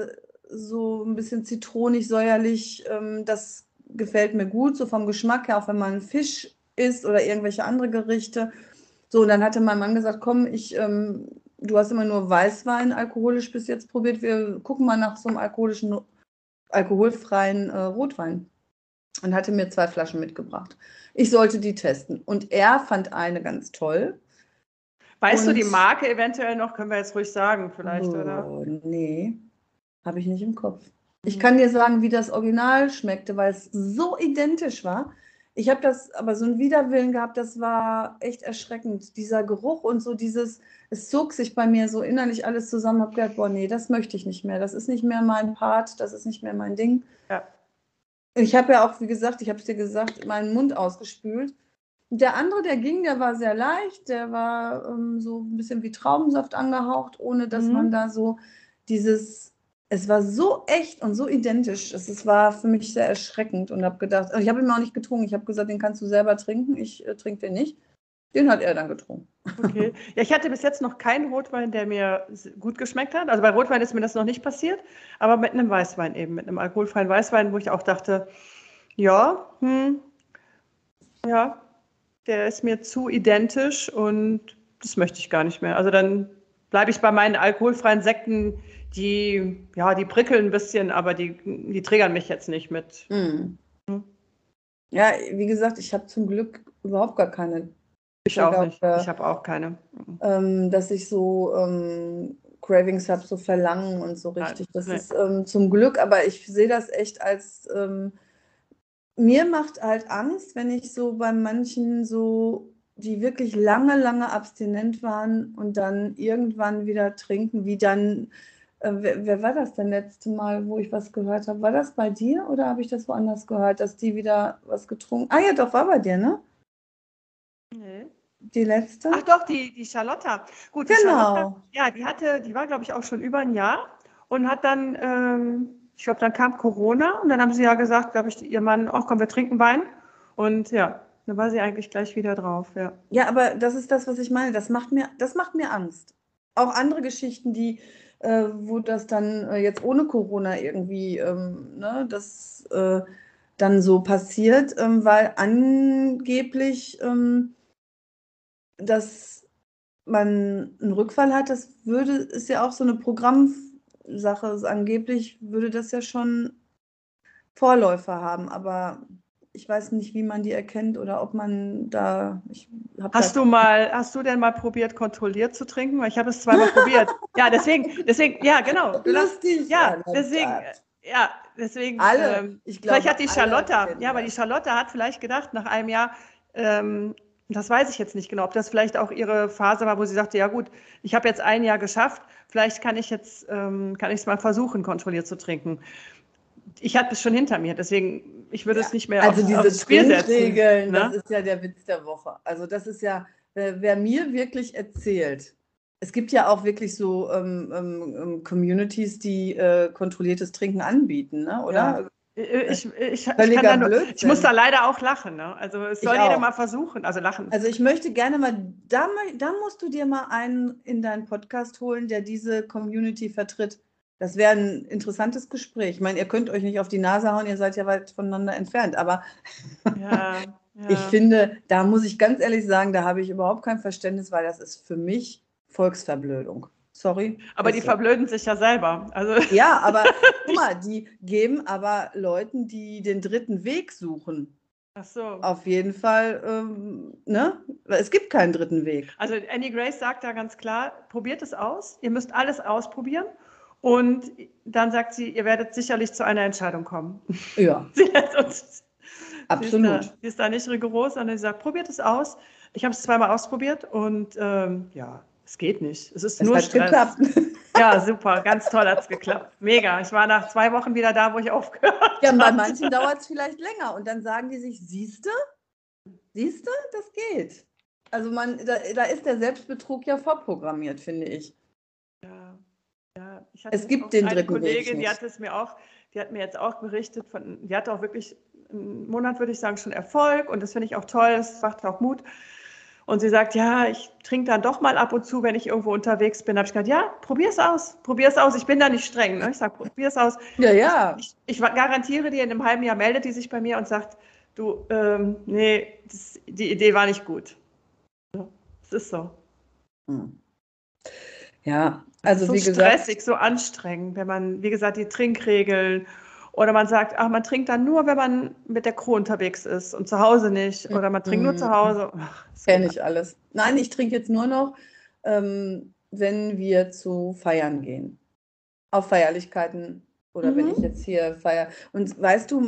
so ein bisschen zitronig, säuerlich. Das gefällt mir gut, so vom Geschmack her, auch wenn man Fisch isst oder irgendwelche andere Gerichte. So, und dann hatte mein Mann gesagt, komm, du hast immer nur Weißwein alkoholisch bis jetzt probiert. Wir gucken mal nach so einem alkoholfreien Rotwein. Und hatte mir 2 Flaschen mitgebracht. Ich sollte die testen. Und er fand eine ganz toll. Weißt du Und die Marke eventuell noch? Können wir jetzt ruhig sagen vielleicht, oder? oh, nee, habe ich nicht im Kopf. Ich kann dir sagen, wie das Original schmeckte, weil es so identisch war. Ich habe das aber so einen Widerwillen gehabt, das war echt erschreckend. Dieser Geruch und so es zog sich bei mir so innerlich alles zusammen. Ich habe gedacht, boah, nee, das möchte ich nicht mehr. Das ist nicht mehr mein Part, das ist nicht mehr mein Ding. Ja. Ich habe ja auch, wie gesagt, ich habe es dir gesagt, meinen Mund ausgespült. Der andere, der war sehr leicht, der war so ein bisschen wie Traubensaft angehaucht, ohne dass man da so es war so echt und so identisch. Es war für mich sehr erschreckend und habe gedacht, ich habe ihn auch nicht getrunken. Ich habe gesagt, den kannst du selber trinken, ich trinke den nicht. Den hat er dann getrunken. Okay. Ja, ich hatte bis jetzt noch keinen Rotwein, der mir gut geschmeckt hat. Also bei Rotwein ist mir das noch nicht passiert, aber mit einem Weißwein eben, mit einem alkoholfreien Weißwein, wo ich auch dachte, ja, ja, der ist mir zu identisch und das möchte ich gar nicht mehr. Also dann bleibe ich bei meinen alkoholfreien Sekten, die prickeln ein bisschen, aber die triggern mich jetzt nicht mit. Ja, wie gesagt, ich habe zum Glück überhaupt gar keine Ich auch nicht. Ich habe auch keine. dass ich so Cravings habe, so Verlangen und so richtig. Das Nee. ist zum Glück, aber ich sehe das echt als, mir macht halt Angst, wenn ich so bei manchen so, die wirklich lange, lange abstinent waren und dann irgendwann wieder trinken, wie dann, wer war das denn letzte Mal, wo ich was gehört habe? War das bei dir oder habe ich das woanders gehört, dass die wieder was getrunken? Ah ja, doch, war bei dir, ne? Nee. Die letzte? Ach doch, die Charlotta. Gut, die Genau. Charlotta, ja, die war, glaube ich, auch schon über ein Jahr und hat dann, ich glaube, dann kam Corona und dann haben sie ja gesagt, glaube ich, ihr Mann, ach komm, wir trinken Wein. Und ja, dann war sie eigentlich gleich wieder drauf, ja. Ja, aber das ist das, was ich meine. Das macht mir Angst. Auch andere Geschichten, wo das dann jetzt ohne Corona irgendwie, ne, das dann so passiert, weil angeblich, dass man einen Rückfall hat, ist ja auch so eine Programmsache. Also angeblich würde das ja schon Vorläufer haben, aber ich weiß nicht, wie man die erkennt oder ob man da. Hast du denn mal probiert, kontrolliert zu trinken? Weil ich habe es zweimal probiert. Ja, deswegen, ja, genau. Lustig. Ja, Oh deswegen, alle, ich glaube, vielleicht hat die Charlotta, kennen aber die das. Charlotta hat vielleicht gedacht, nach einem Jahr, das weiß ich jetzt nicht genau, ob das vielleicht auch ihre Phase war, wo sie sagte, ja gut, ich habe jetzt ein Jahr geschafft, vielleicht kann ich es mal versuchen, kontrolliert zu trinken. Ich hatte es schon hinter mir, deswegen, ich würde es nicht mehr Also diese aufs Spiel setzen. Trinkregeln, Ne? das ist ja der Witz der Woche. Also das ist ja, wer mir wirklich erzählt, es gibt ja auch wirklich so Communities, die kontrolliertes Trinken anbieten, ne? Oder? Ja. Völliger Blödsinn. Ich muss da leider auch lachen. Ne? Also es soll Ich jeder auch. mal versuchen, also lachen. Also ich möchte gerne mal, da musst du dir mal einen in deinen Podcast holen, der diese Community vertritt. Das wäre ein interessantes Gespräch. Ich meine, ihr könnt euch nicht auf die Nase hauen, ihr seid ja weit voneinander entfernt. Aber Ja. ich finde, da muss ich ganz ehrlich sagen, da habe ich überhaupt kein Verständnis, weil das ist für mich Volksverblödung. Sorry. Aber die verblöden sich ja selber. Also ja, aber guck mal, die geben aber Leuten, die den dritten Weg suchen, ach so. auf jeden Fall, ne? Es gibt keinen dritten Weg. Also Annie Grace sagt da ganz klar, probiert es aus, ihr müsst alles ausprobieren und dann sagt sie, ihr werdet sicherlich zu einer Entscheidung kommen. Ja. Absolut. Sie ist da nicht rigoros, sondern sie sagt, probiert es aus. Ich habe es zweimal ausprobiert und ja, es geht nicht. Es nur hat Stress. Geklappt. Ja, super, ganz toll hat es geklappt. Mega. Ich war nach 2 Wochen wieder da, wo ich aufgehört habe. Ja, bei manchen dauert es vielleicht länger und dann sagen die sich, siehste, das geht. Also da ist der Selbstbetrug ja vorprogrammiert, finde ich. Ja, es gibt den dritten Kollegin, Weg nicht. Die hat mir jetzt auch berichtet, die hatte auch wirklich einen Monat, würde ich sagen, schon Erfolg und das finde ich auch toll, das macht auch Mut. Und sie sagt, ja, ich trinke dann doch mal ab und zu, wenn ich irgendwo unterwegs bin. Da habe ich gesagt, ja, probier es aus. Ich bin da nicht streng. Ne? Ich sage, probier es aus. Ja, ja. Ich garantiere dir, in einem halben Jahr meldet die sich bei mir und sagt, du, nee, die Idee war nicht gut. Ja, es ist so. Ja, Es ist also so wie gesagt, stressig, so anstrengend, wenn man, wie gesagt, die Trinkregeln oder man sagt, ach, man trinkt dann nur, wenn man mit der Crew unterwegs ist und zu Hause nicht oder man trinkt nur zu Hause. Ach, es kenne geht ich alles. Nein, ich trinke jetzt nur noch, wenn wir zu feiern gehen. Auf Feierlichkeiten oder wenn ich jetzt hier feiere. Und weißt du,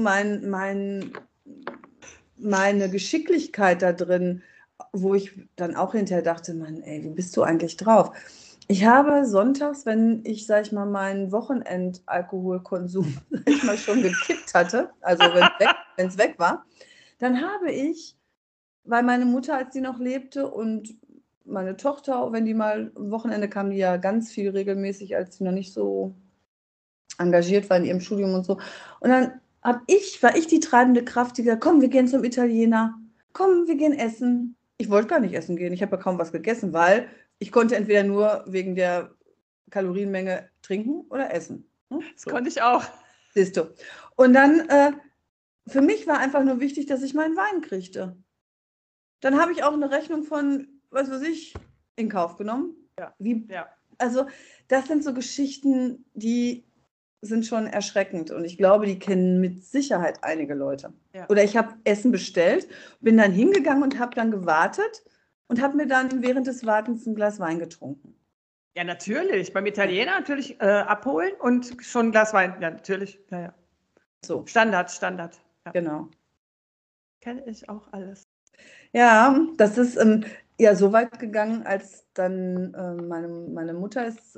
meine Geschicklichkeit da drin, wo ich dann auch hinterher dachte, Mann, ey, wie bist du eigentlich drauf? Ich habe sonntags, wenn ich, sag ich mal, meinen Wochenendalkoholkonsum, sag ich mal, schon gekippt hatte, also wenn es weg war, dann habe ich, weil meine Mutter, als sie noch lebte und meine Tochter, wenn die mal am Wochenende kam, die ja ganz viel regelmäßig, als sie noch nicht so engagiert war in ihrem Studium und so. Und dann war ich die treibende Kraft, die gesagt, komm, wir gehen zum Italiener, komm, wir gehen essen. Ich wollte gar nicht essen gehen, ich habe ja kaum was gegessen, weil ich konnte entweder nur wegen der Kalorienmenge trinken oder essen. Das konnte ich auch. Siehst du. Und dann, für mich war einfach nur wichtig, dass ich meinen Wein kriegte. Dann habe ich auch eine Rechnung von, was weiß ich, in Kauf genommen. Ja. Also das sind so Geschichten, die sind schon erschreckend und ich glaube, die kennen mit Sicherheit einige Leute. Ja. Oder ich habe Essen bestellt, bin dann hingegangen und habe dann gewartet und habe mir dann während des Wartens ein Glas Wein getrunken. Ja, natürlich. Beim Italiener natürlich abholen und schon ein Glas Wein. Ja, natürlich. Ja. So. Standard. Ja. Genau. Kenne ich auch alles. Ja, das ist ja so weit gegangen, als dann meine Mutter ist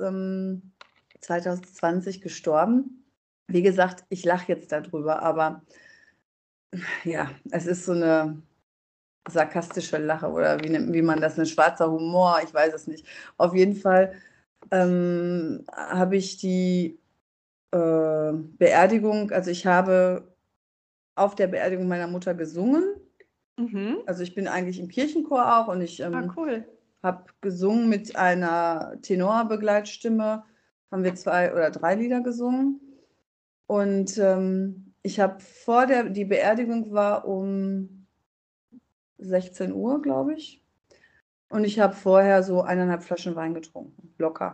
2020 gestorben. Wie gesagt, ich lache jetzt darüber, aber ja, es ist so eine sarkastische Lache oder wie man das, ein schwarzer Humor, ich weiß es nicht. Auf jeden Fall habe ich die Beerdigung, also ich habe auf der Beerdigung meiner Mutter gesungen. Also ich bin eigentlich im Kirchenchor auch und ich cool. habe gesungen mit einer Tenorbegleitstimme, haben wir 2 oder 3 Lieder gesungen und ich habe die Beerdigung war um 16 Uhr, glaube ich, und ich habe vorher so 1,5 Flaschen Wein getrunken, locker.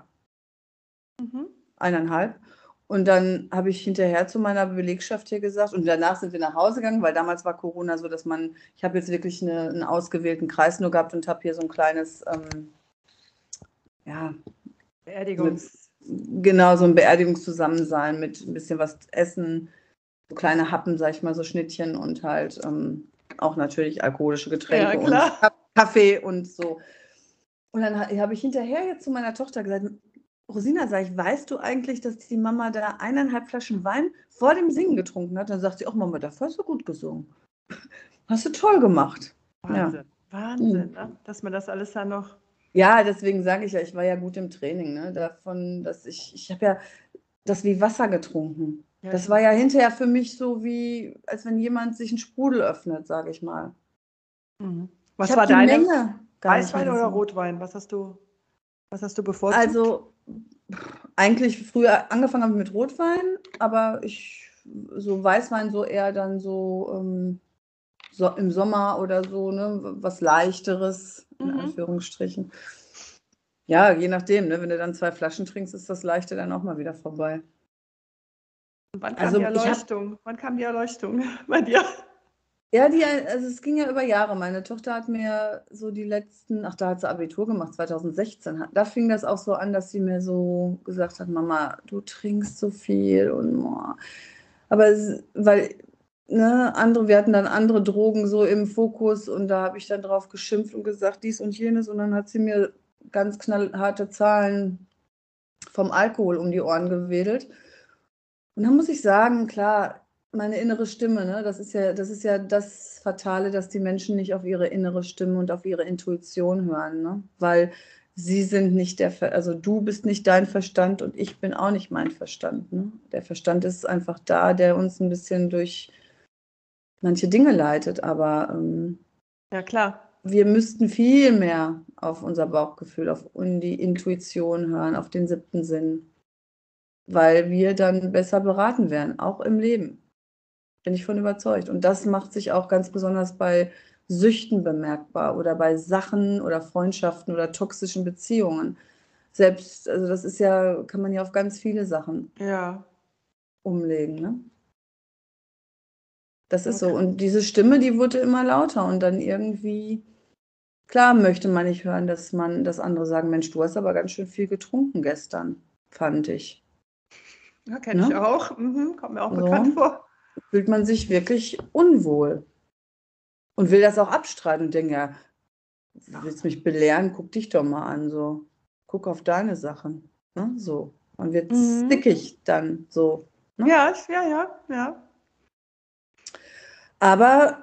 1,5. Und dann habe ich hinterher zu meiner Belegschaft hier gesagt, und danach sind wir nach Hause gegangen, weil damals war Corona so, dass ich habe jetzt wirklich einen ausgewählten Kreis nur gehabt und habe hier so ein kleines, genau, so ein Beerdigungszusammensein mit ein bisschen was essen, so kleine Happen, sag ich mal, so Schnittchen und halt auch natürlich alkoholische Getränke und Kaffee und so. Und dann habe ich hinterher jetzt zu meiner Tochter gesagt, Rosina, sag ich, weißt du eigentlich, dass die Mama da 1,5 Flaschen Wein vor dem Singen getrunken hat? Dann sagt sie, ach Mama, dafür hast du gut gesungen. Hast du toll gemacht. Wahnsinn, ja. Wahnsinn, ne? Dass man das alles dann noch... Ja, deswegen sage ich ja, ich war ja gut im Training, ne? Davon, dass ich habe ja das wie Wasser getrunken. Ja, das war ja hinterher für mich so wie, als wenn jemand sich einen Sprudel öffnet, sage ich mal. Was war deine Menge? Weißwein oder Rotwein? Was hast du bevorzugt? Also eigentlich früher angefangen habe ich mit Rotwein, aber so Weißwein so eher dann so im Sommer oder so, ne, was Leichteres, in Anführungsstrichen. Ja, je nachdem, ne, wenn du dann 2 Flaschen trinkst, ist das Leichte dann auch mal wieder vorbei. Und wann kam die Erleuchtung? Wann kam die Erleuchtung bei dir? Ja, also es ging ja über Jahre. Meine Tochter hat mir so da hat sie Abitur gemacht, 2016. Da fing das auch so an, dass sie mir so gesagt hat, Mama, du trinkst so viel und aber weil wir hatten dann andere Drogen so im Fokus und da habe ich dann drauf geschimpft und gesagt, dies und jenes und dann hat sie mir ganz knallharte Zahlen vom Alkohol um die Ohren gewedelt. Und dann muss ich sagen, klar, meine innere Stimme, ne, das ist ja das Fatale, dass die Menschen nicht auf ihre innere Stimme und auf ihre Intuition hören, ne? Weil sie sind nicht also du bist nicht dein Verstand und ich bin auch nicht mein Verstand, ne? Der Verstand ist einfach da, der uns ein bisschen durch manche Dinge leitet, aber ja, klar. wir müssten viel mehr auf unser Bauchgefühl, auf die Intuition hören, auf den 7. Sinn, weil wir dann besser beraten werden, auch im Leben. Bin ich von überzeugt. Und das macht sich auch ganz besonders bei Süchten bemerkbar oder bei Sachen oder Freundschaften oder toxischen Beziehungen. Selbst, also das ist ja, kann man ja auf ganz viele Sachen umlegen, ne? Das ist so. Und diese Stimme, die wurde immer lauter und dann irgendwie, klar möchte man nicht hören, dass andere sagen, Mensch, du hast aber ganz schön viel getrunken gestern, fand ich. Ja, kenne ich Ne? auch. Kommt mir auch So. bekannt vor. Fühlt man sich wirklich unwohl und will das auch abstreiten und denkt, ja, du willst mich belehren, guck dich doch mal an, so. Guck auf deine Sachen, ne? So. Man wird stickig dann, so. Ne? Ja. Aber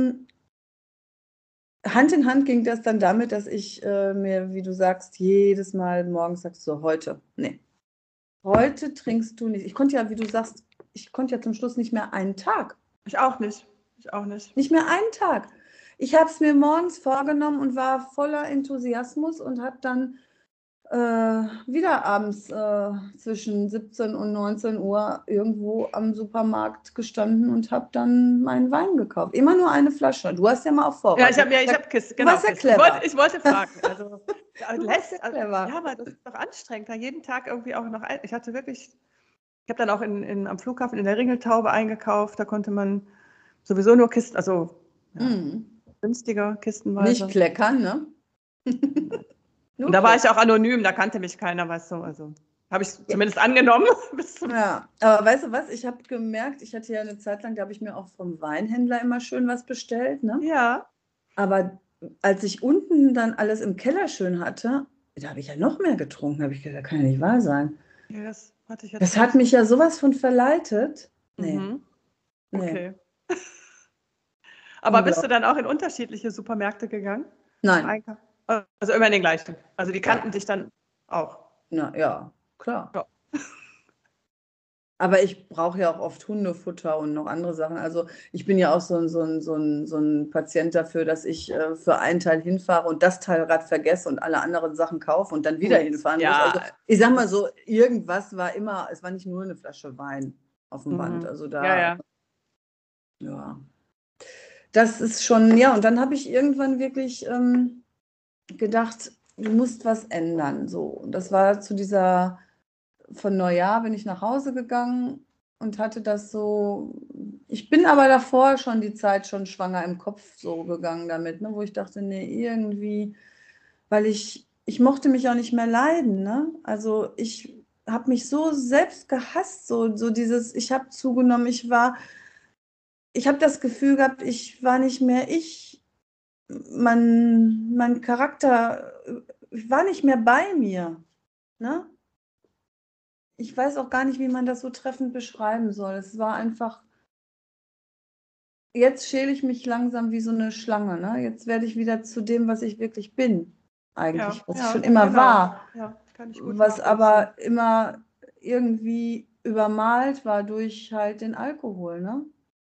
Hand in Hand ging das dann damit, dass ich mir, wie du sagst, jedes Mal morgens sagst, so heute, nee, heute trinkst du nicht. Ich konnte ja, wie du sagst, ich konnte ja zum Schluss nicht mehr einen Tag. Ich auch nicht. Nicht mehr einen Tag. Ich habe es mir morgens vorgenommen und war voller Enthusiasmus und habe dann wieder abends zwischen 17 und 19 Uhr irgendwo am Supermarkt gestanden und habe dann meinen Wein gekauft. Immer nur eine Flasche. Du hast ja mal auf Vorrat. Ja, ich habe Kisten. Du warst ja clever. Ich wollte fragen. Also, Du warst ja clever. Ja, aber das ist doch anstrengend, da jeden Tag irgendwie auch noch. Ich habe dann auch am Flughafen in der Ringeltaube eingekauft. Da konnte man sowieso nur Kisten, also günstiger kistenweise. Nicht kleckern, ne? Und da war ich auch anonym, da kannte mich keiner, weißt du, also habe ich zumindest angenommen. Ja, aber weißt du was, ich habe gemerkt, ich hatte ja eine Zeit lang, da habe ich mir auch vom Weinhändler immer schön was bestellt, ne? Ja. Aber als ich unten dann alles im Keller schön hatte, da habe ich ja noch mehr getrunken, habe ich gedacht, das kann ja nicht wahr sein. Ja, das hatte ich jetzt. Das hat mich ja sowas von verleitet. Nee. Okay. Aber bist du dann auch in unterschiedliche Supermärkte gegangen? Nein. Also immer in den gleichen. Also die kannten dich dann auch. Na ja, klar. Ja. Aber ich brauche ja auch oft Hundefutter und noch andere Sachen. Also ich bin ja auch so ein Patient dafür, dass ich für einen Teil hinfahre und das Teil gerade vergesse und alle anderen Sachen kaufe und dann wieder hinfahren muss. Also ich sag mal so, irgendwas war immer, es war nicht nur eine Flasche Wein auf dem Band. Also da, ja. Das ist schon, ja, und dann habe ich irgendwann wirklich gedacht, du musst was ändern. So. Und das war von Neujahr bin ich nach Hause gegangen und hatte das so, ich bin aber davor schon die Zeit schon schwanger im Kopf so gegangen damit, ne, wo ich dachte, nee, irgendwie, weil ich mochte mich auch nicht mehr leiden, ne? Also ich habe mich so selbst gehasst, so dieses, ich habe zugenommen, ich habe das Gefühl gehabt, ich war nicht mehr ich, mein Charakter, ich war nicht mehr bei mir, ne? Ich weiß auch gar nicht, wie man das so treffend beschreiben soll. Es war einfach, jetzt schäle ich mich langsam wie so eine Schlange, ne? Jetzt werde ich wieder zu dem, was ich wirklich bin, eigentlich, was ich schon immer war. Ja, kann ich gut Was nachvollziehen. aber immer irgendwie übermalt war durch halt den Alkohol, ne?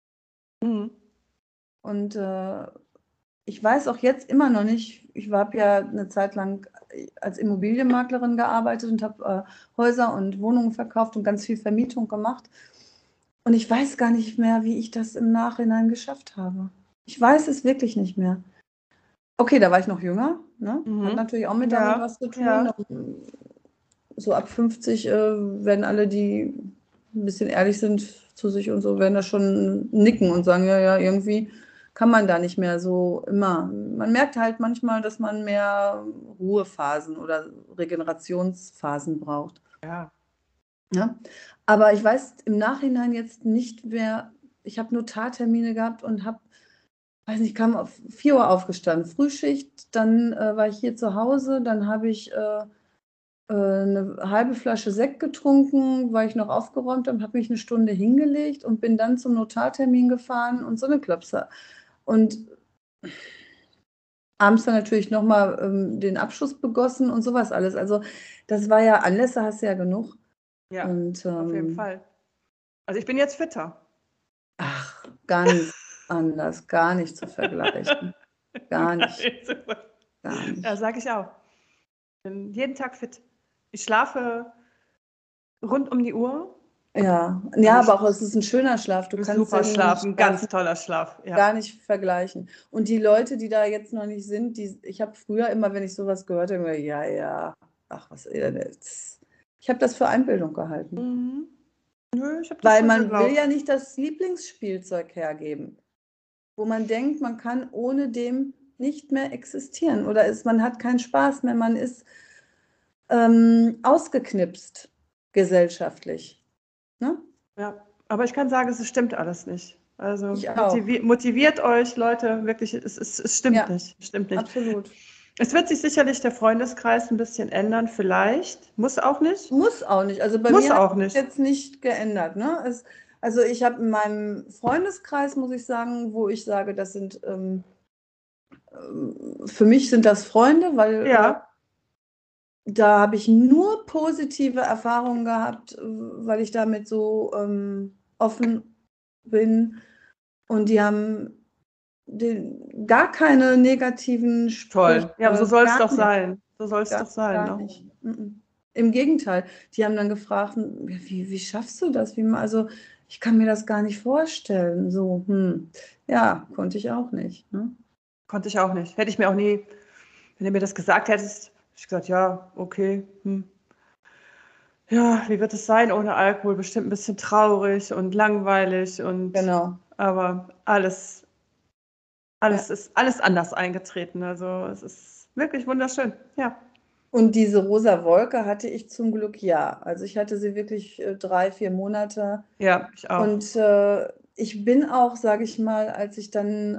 Und ich weiß auch jetzt immer noch nicht, ich habe ja eine Zeit lang als Immobilienmaklerin gearbeitet und habe Häuser und Wohnungen verkauft und ganz viel Vermietung gemacht. Und ich weiß gar nicht mehr, wie ich das im Nachhinein geschafft habe. Ich weiß es wirklich nicht mehr. Okay, da war ich noch jünger, ne? Hat natürlich auch mit damit was zu tun. Ja. So ab 50 werden alle, die ein bisschen ehrlich sind zu sich und so, werden da schon nicken und sagen, ja, irgendwie kann man da nicht mehr so immer. Man merkt halt manchmal, dass man mehr Ruhephasen oder Regenerationsphasen braucht. Ja. Ja? Aber ich weiß im Nachhinein jetzt nicht mehr, ich habe Notartermine gehabt und weiß nicht, kam auf 4 Uhr aufgestanden, Frühschicht, dann war ich hier zu Hause, dann habe ich eine halbe Flasche Sekt getrunken, weil ich noch aufgeräumt habe, habe mich eine Stunde hingelegt und bin dann zum Notartermin gefahren und so eine Klöpse. Und abends dann natürlich nochmal den Abschluss begossen und sowas alles. Also das war ja, Anlässe hast du ja genug. Ja, und, auf jeden Fall. Also ich bin jetzt fitter. Ach, ganz anders, gar nicht zu vergleichen. Gar nicht, Geil, super. gar Ja, nicht. sage ich auch. Bin jeden Tag fit. Ich schlafe rund um die Uhr. Ja, Also aber auch es ist ein schöner Schlaf. Du kannst super den Schlaf, ein ganz Schlaf toller Schlaf. Ja. gar nicht vergleichen. Und die Leute, die da jetzt noch nicht sind, ich habe früher immer, wenn ich sowas gehört habe, immer, ja, ach, was ihr denn jetzt? Ich habe das für Einbildung gehalten. Mhm. Nö, ich habe das Weil schon man will geglaubt. ja nicht das Lieblingsspielzeug hergeben, wo man denkt, man kann ohne dem nicht mehr existieren oder man hat keinen Spaß mehr, man ist ausgeknipst gesellschaftlich. Ne? Ja, aber ich kann sagen, es stimmt alles nicht. Also Ich auch. motiviert euch, Leute, wirklich, es stimmt Ja, nicht. Es stimmt nicht. absolut. Es wird sich sicherlich der Freundeskreis ein bisschen ändern, vielleicht. Muss auch nicht. Muss auch nicht. Also bei Muss mir hat auch es nicht. jetzt nicht geändert. Ne? Also ich habe in meinem Freundeskreis, muss ich sagen, wo ich sage, das sind für mich sind das Freunde, weil Ja, da habe ich nur positive Erfahrungen gehabt, weil ich damit so offen bin. Und die haben gar keine negativen toll. Ja, aber so Sprüche, soll es gar doch nicht. sein. So soll es doch sein, Gar ne? nicht. Mhm. Im Gegenteil, die haben dann gefragt, wie schaffst du das? Also ich kann mir das gar nicht vorstellen. So, ja, konnte ich auch nicht. Ne? Konnte ich auch nicht. Hätte ich mir auch nie, wenn du mir das gesagt hättest, hätte ich gesagt, ja, okay. Ja, wie wird es sein ohne Alkohol? Bestimmt ein bisschen traurig und langweilig Genau. aber Ja. ist alles anders eingetreten. Also es ist wirklich wunderschön. Ja. Und diese rosa Wolke hatte ich zum Glück ja. Also ich hatte sie wirklich 3, 4 Monate. Ja, ich auch. Und ich bin auch, sage ich mal, als ich dann,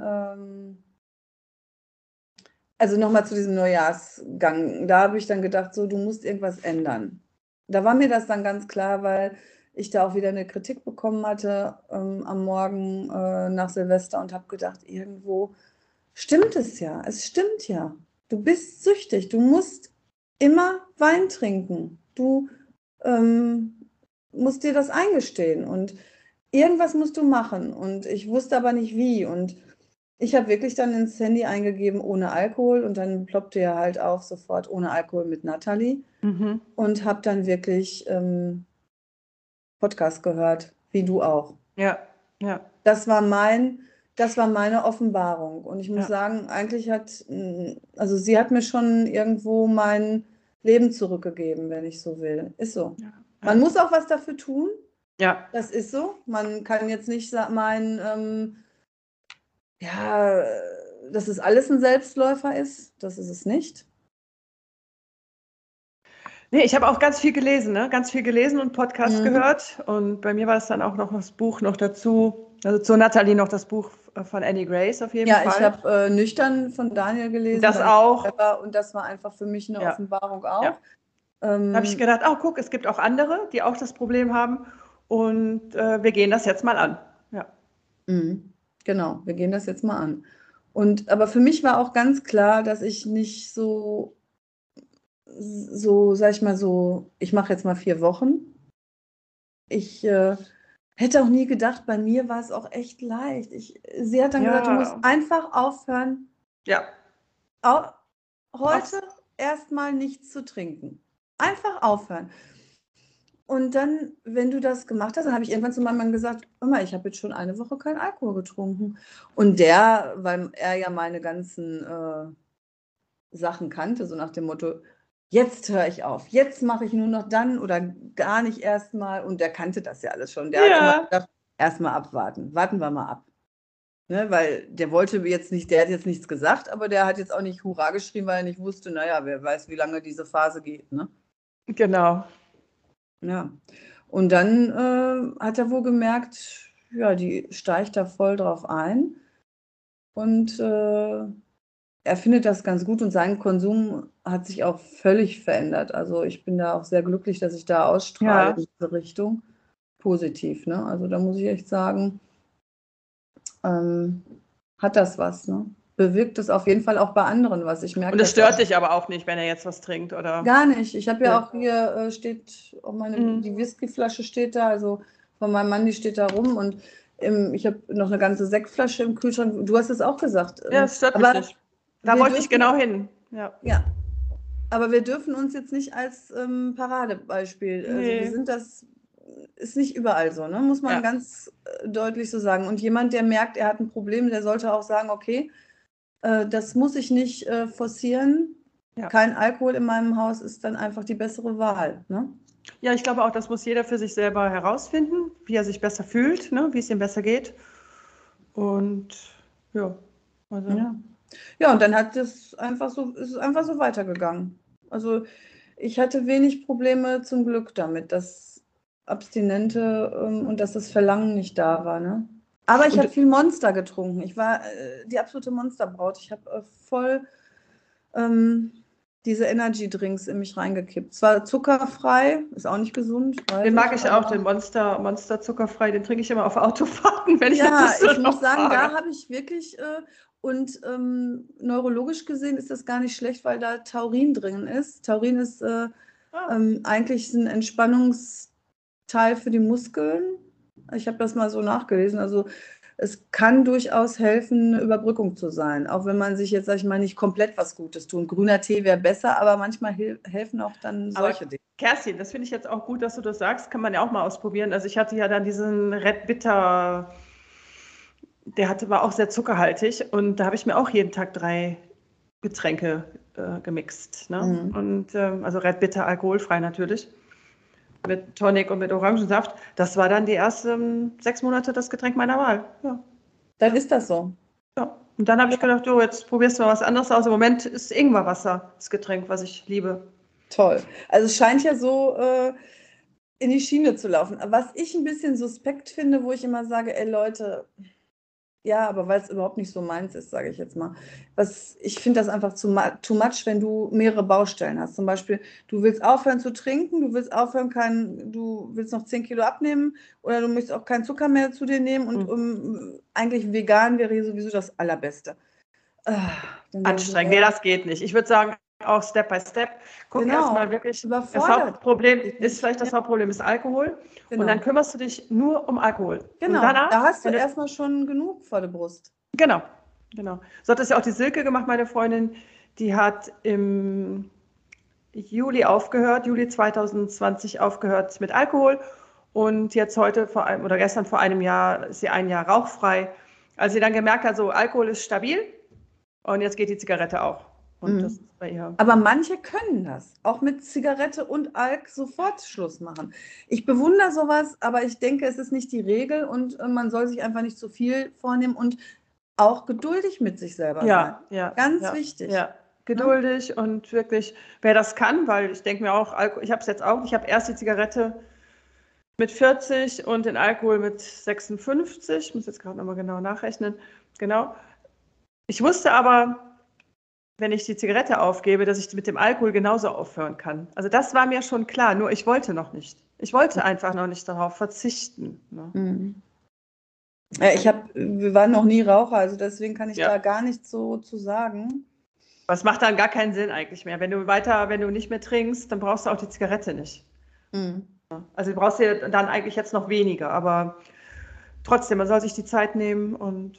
also nochmal zu diesem Neujahrsgang, da habe ich dann gedacht, so, du musst irgendwas ändern. Da war mir das dann ganz klar, weil ich da auch wieder eine Kritik bekommen hatte am Morgen nach Silvester und habe gedacht, irgendwo stimmt es ja. Es stimmt ja. Du bist süchtig. Du musst immer Wein trinken. Du musst dir das eingestehen und irgendwas musst du machen. Und ich wusste aber nicht wie. Und ich habe wirklich dann ins Handy eingegeben ohne Alkohol und dann ploppte ja halt auf sofort ohne Alkohol mit Natalie Mhm. und habe dann wirklich Podcast gehört, wie du auch. Ja, ja. Das war meine Offenbarung. Und ich muss Ja. sagen, eigentlich also sie hat mir schon irgendwo mein Leben zurückgegeben, wenn ich so will. Ist so. Ja. Man muss auch was dafür tun. Ja. Das ist so. Man kann jetzt nicht meinen, ja, dass es alles ein Selbstläufer ist. Das ist es nicht. Nee, ich habe auch ganz viel gelesen, ne? Ganz viel gelesen und Podcasts Mhm. gehört. Und bei mir war es dann auch noch das Buch noch dazu. Also zu Nathalie noch das Buch von Annie Grace auf jeden Ja, ich Fall. habe Nüchtern von Daniel gelesen, Das Daniel auch. Pfeffer, und das war einfach für mich eine Ja, Offenbarung ja. auch. Da habe ich gedacht, oh, guck, es gibt auch andere, die auch das Problem haben. Und wir gehen das jetzt mal an. Ja. Genau, wir gehen das jetzt mal an. Aber für mich war auch ganz klar, dass ich nicht sag ich mal so, ich mache jetzt mal 4 Wochen. Ich hätte auch nie gedacht, bei mir war es auch echt leicht. Sie hat dann gesagt, du musst Ja. einfach aufhören, Ja. heute erstmal nichts zu trinken. Einfach aufhören. Und dann, wenn du das gemacht hast, dann habe ich irgendwann zu meinem Mann gesagt, hör mal, ich habe jetzt schon eine Woche keinen Alkohol getrunken. Und weil er ja meine ganzen Sachen kannte, so nach dem Motto, jetzt höre ich auf, jetzt mache ich nur noch dann oder gar nicht erstmal. Und der kannte das ja alles schon. Der hat immer Ja. gesagt, erstmal abwarten, warten wir mal ab. Ne, weil der wollte jetzt nicht, der hat jetzt nichts gesagt, aber der hat jetzt auch nicht Hurra geschrien, weil er nicht wusste, naja, wer weiß, wie lange diese Phase geht. Ne? Genau. Ja. Und dann hat er wohl gemerkt, ja, die steigt da voll drauf ein. Und er findet das ganz gut und sein Konsum hat sich auch völlig verändert. Also ich bin da auch sehr glücklich, dass ich da ausstrahle Ja. in diese Richtung. Positiv, ne? Also da muss ich echt sagen, hat das was, ne? Bewirkt es auf jeden Fall auch bei anderen was. Ich merke Und es das auch. stört dich aber auch nicht, wenn er jetzt was trinkt, oder? Gar nicht. Ich habe ja Ja. auch hier steht, auch die Whiskyflasche steht da, also von meinem Mann, die steht da rum und ich habe noch eine ganze Sektflasche im Kühlschrank. Du hast es auch gesagt. Ja, es stört mich Aber nicht. Da wir wollte ich dürfen, genau hin. Ja. ja, aber wir dürfen uns jetzt nicht als Paradebeispiel, also wir Nee. sind das, ist nicht überall so, ne? Muss man Ja. ganz deutlich so sagen. Und jemand, der merkt, er hat ein Problem, der sollte auch sagen, okay, das muss ich nicht forcieren. Ja. Kein Alkohol in meinem Haus ist dann einfach die bessere Wahl, ne? Ja, ich glaube auch, das muss jeder für sich selber herausfinden, wie er sich besser fühlt, ne, wie es ihm besser geht. Und ja, also. Ja. Ja, und dann hat das einfach so, ist es einfach so weitergegangen. Also ich hatte wenig Probleme zum Glück damit, dass Abstinente und dass das Verlangen nicht da war, ne? Aber ich habe Und viel Monster getrunken. Ich war die absolute Monsterbraut. Ich habe voll ähm, diese Energy-Drinks in mich reingekippt. Zwar zuckerfrei, ist auch nicht gesund, weiß den mag ich, ich auch, den aber Monster zuckerfrei, den trinke ich immer auf Autofahrten, wenn ich nach ja, ich muss Düsseldorf sagen, da fahre. habe ich wirklich, und neurologisch gesehen ist das gar nicht schlecht, weil da Taurin drin ist. Taurin ist Ah, eigentlich ein Entspannungsteil für die Muskeln. Ich habe das mal so nachgelesen. Also es kann durchaus helfen, eine Überbrückung zu sein. Auch wenn man sich jetzt, sag ich mal, nicht komplett was Gutes tut. Grüner Tee wäre besser, aber manchmal helfen auch dann aber solche Dinge. Kerstin, das finde ich jetzt auch gut, dass du das sagst, kann man ja auch mal ausprobieren. Also ich hatte ja dann diesen Red Bitter, war auch sehr zuckerhaltig und da habe ich mir auch jeden Tag 3 Getränke gemixt. Ne? Mhm. Und also Red Bitter alkoholfrei natürlich, mit Tonic und mit Orangensaft. Das war dann die ersten 6 Monate das Getränk meiner Wahl. Ja. Dann ist das so. Ja. Und dann habe ich gedacht, oh, jetzt probierst du mal was anderes aus. Im Moment ist Ingwerwasser das Getränk, was ich liebe. Toll. Also es scheint ja so in die Schiene zu laufen. Was ich ein bisschen suspekt finde, wo ich immer sage, ey Leute, ja, aber weil es überhaupt nicht so meins ist, sage ich jetzt mal. Ich finde das einfach too much, wenn du mehrere Baustellen hast. Zum Beispiel, du willst aufhören zu trinken, du willst du willst noch 10 Kilo abnehmen oder du möchtest auch keinen Zucker mehr zu dir nehmen und eigentlich vegan wäre hier sowieso das Allerbeste. Dann sage ich so, Anstrengend. Nee, ja, das geht nicht. Ich würde sagen, auch Step by Step. Guck erstmal genau, wirklich, das überfordert Hauptproblem dich ist nicht. vielleicht Ja, das Hauptproblem ist Alkohol. Und dann genau. kümmerst du dich nur um Alkohol. Und Genau, da danach, hast du erstmal schon genug vor der Brust. genau, genau. So hat das ja auch die Silke gemacht, meine Freundin. Die hat im Juli aufgehört, Juli 2020 aufgehört mit Alkohol. Und jetzt heute oder gestern vor einem Jahr ist sie ein Jahr rauchfrei. Als sie dann gemerkt hat, so Alkohol ist stabil und jetzt geht die Zigarette auch. Und das Mhm. ist bei ihr. Aber manche können das, auch mit Zigarette und Alk sofort Schluss machen. Ich bewundere sowas, aber ich denke, es ist nicht die Regel und man soll sich einfach nicht zu viel vornehmen und auch geduldig mit sich selber sein. Ja, ja, Ganz ja, wichtig. ja. Ne? Geduldig und wirklich, wer das kann, weil ich denke mir auch, ich habe es jetzt auch, ich habe erst die Zigarette mit 40 und den Alkohol mit 56. Ich muss jetzt gerade nochmal genau nachrechnen. Genau. Ich wusste aber, wenn ich die Zigarette aufgebe, dass ich mit dem Alkohol genauso aufhören kann. Also das war mir schon klar, nur ich wollte noch nicht. Ich wollte einfach noch nicht darauf verzichten. Ne? Mhm. Ja, wir waren noch nie Raucher, also deswegen kann ich Ja. da gar nichts so zu sagen. Aber es macht dann gar keinen Sinn eigentlich mehr. Wenn du nicht mehr trinkst, dann brauchst du auch die Zigarette nicht. Mhm. Also du brauchst ja dann eigentlich jetzt noch weniger, aber trotzdem, man soll sich die Zeit nehmen und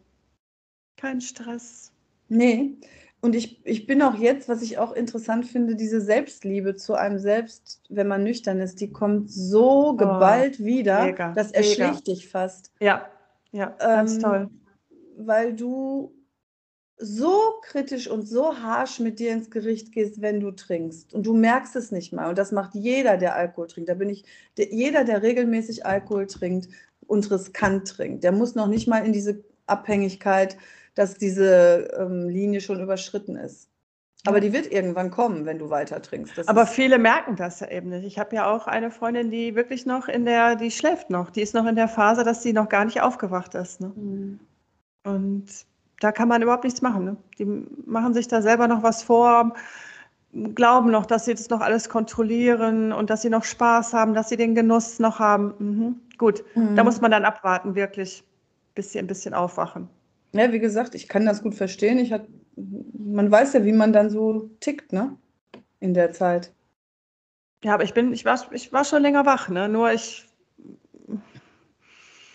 kein Stress. Nee. Und ich bin auch jetzt, was ich auch interessant finde, diese Selbstliebe zu einem selbst, wenn man nüchtern ist, die kommt so geballt wieder, Mega, das mega. erschlägt dich fast. Ja, ja, ganz toll. Weil du so kritisch und so harsch mit dir ins Gericht gehst, wenn du trinkst. Und du merkst es nicht mal. Und das macht jeder, der Alkohol trinkt. Jeder, der regelmäßig Alkohol trinkt und riskant trinkt, der muss noch nicht mal in diese Abhängigkeit, dass diese Linie schon überschritten ist. Aber Ja. die wird irgendwann kommen, wenn du weiter trinkst. Aber viele merken das ja eben nicht. Ich habe ja auch eine Freundin, die wirklich die schläft noch. Die ist noch in der Phase, dass sie noch gar nicht aufgewacht ist. Ne? Und da kann man überhaupt nichts machen. Ne? Die machen sich da selber noch was vor, glauben noch, dass sie das noch alles kontrollieren und dass sie noch Spaß haben, dass sie den Genuss noch haben. Mhm. Gut, da muss man dann abwarten, wirklich, bis sie ein bisschen aufwachen. Ja, wie gesagt, ich kann das gut verstehen. Man weiß ja, wie man dann so tickt, ne? In der Zeit. Ja, aber ich war schon länger wach, ne? Nur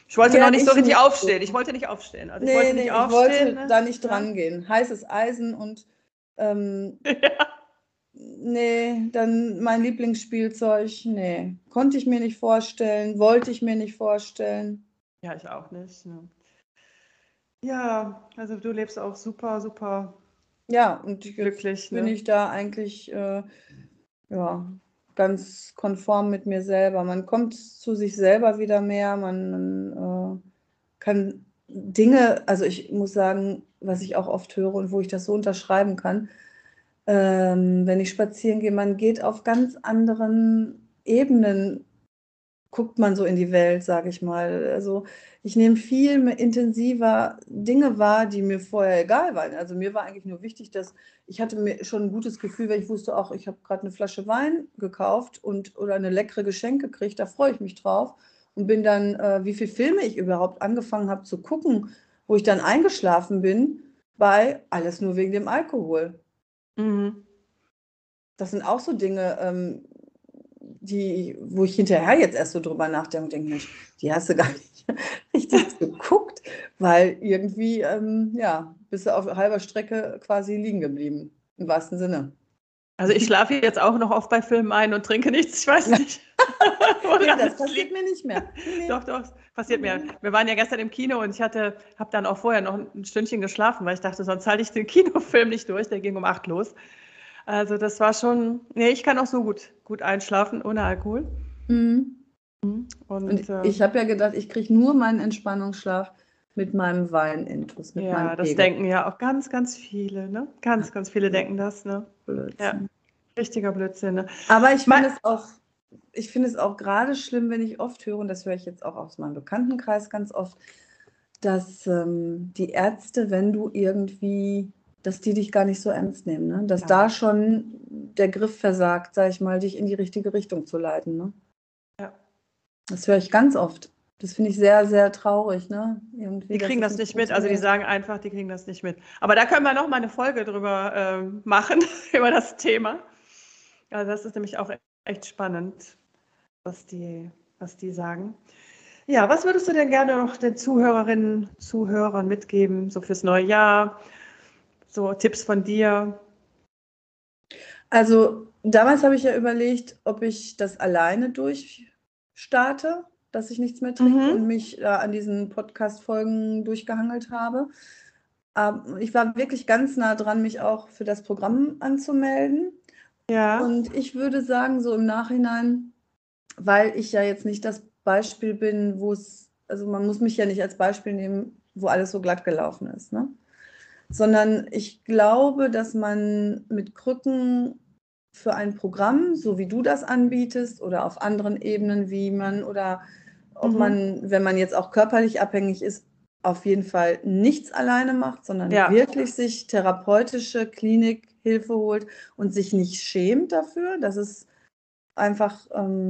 Ich wollte Ja, noch nicht so ich richtig nicht. aufstehen. Ich wollte nicht aufstehen. Also ich wollte nicht Ich aufstehen. wollte da nicht Ja. dran gehen. Heißes Eisen und Ja. nee, dann mein Lieblingsspielzeug, nee. Konnte ich mir nicht vorstellen, wollte ich mir nicht vorstellen. Ja, ich auch nicht. Ne? Ja, also du lebst auch super, super Ja, und jetzt glücklich. bin Ne? ich da eigentlich ja, ganz konform mit mir selber. Man kommt zu sich selber wieder mehr, man kann Dinge, also ich muss sagen, was ich auch oft höre und wo ich das so unterschreiben kann, wenn ich spazieren gehe, man geht auf ganz anderen Ebenen, guckt man so in die Welt, sage ich mal. Also ich nehme viel mehr intensiver Dinge wahr, die mir vorher egal waren. Also mir war eigentlich nur wichtig, dass ich hatte mir schon ein gutes Gefühl, weil ich wusste auch, ich habe gerade eine Flasche Wein gekauft oder eine leckere Geschenk gekriegt, da freue ich mich drauf und bin dann, wie viele Filme ich überhaupt angefangen habe zu gucken, wo ich dann eingeschlafen bin, bei alles nur wegen dem Alkohol. Mhm. Das sind auch so Dinge, wo ich hinterher jetzt erst so drüber nachdenke und denke, Mensch, die hast du gar nicht richtig geguckt, weil irgendwie, ja, bist du auf halber Strecke quasi liegen geblieben, im wahrsten Sinne. Also ich schlafe jetzt auch noch oft bei Filmen ein und trinke nichts. Ich weiß nicht. Nee, das passiert mir nicht mehr. Nee. Doch, passiert mir. Wir waren ja gestern im Kino und ich habe dann auch vorher noch ein Stündchen geschlafen, weil ich dachte, sonst halte ich den Kinofilm nicht durch. Der ging um 8 los. Also das war schon, nee, ich kann auch so gut einschlafen ohne Alkohol. Mhm. Und ich habe ja gedacht, ich kriege nur meinen Entspannungsschlaf mit meinem Wein-Intus, mit meinem ja, das Pegel. denken ja auch ganz, ganz viele, ne? Ganz viele denken das, ne? Blödsinn. Ja, richtiger Blödsinn, ne? Aber ich finde es auch gerade schlimm, wenn ich oft höre, und das höre ich jetzt auch aus meinem Bekanntenkreis ganz oft, dass die Ärzte, wenn du irgendwie, dass die dich gar nicht so ernst nehmen, ne? Dass Ja. da schon der Griff versagt, sag ich mal, dich in die richtige Richtung zu leiten, ne? Ja. Das höre ich ganz oft. Das finde ich sehr, sehr traurig, ne? Irgendwie, Die kriegen dass das nicht mit, also die sagen einfach, die kriegen das nicht mit. Aber da können wir noch mal eine Folge drüber machen, über das Thema. Also das ist nämlich auch echt spannend, was die sagen. Ja, was würdest du denn gerne noch den Zuhörerinnen, Zuhörern mitgeben, so fürs neue Jahr? So Tipps von dir? Also damals habe ich ja überlegt, ob ich das alleine durchstarte, dass ich nichts mehr trinke und mich an diesen Podcast-Folgen durchgehangelt habe. Ich war wirklich ganz nah dran, mich auch für das Programm anzumelden. Ja. Und ich würde sagen, so im Nachhinein, weil ich ja jetzt nicht das Beispiel bin, also man muss mich ja nicht als Beispiel nehmen, wo alles so glatt gelaufen ist, ne? Sondern ich glaube, dass man mit Krücken für ein Programm, so wie du das anbietest oder auf anderen Ebenen, oder ob man, wenn man jetzt auch körperlich abhängig ist, auf jeden Fall nichts alleine macht, sondern wirklich sich therapeutische Klinikhilfe holt und sich nicht schämt dafür. Das ist einfach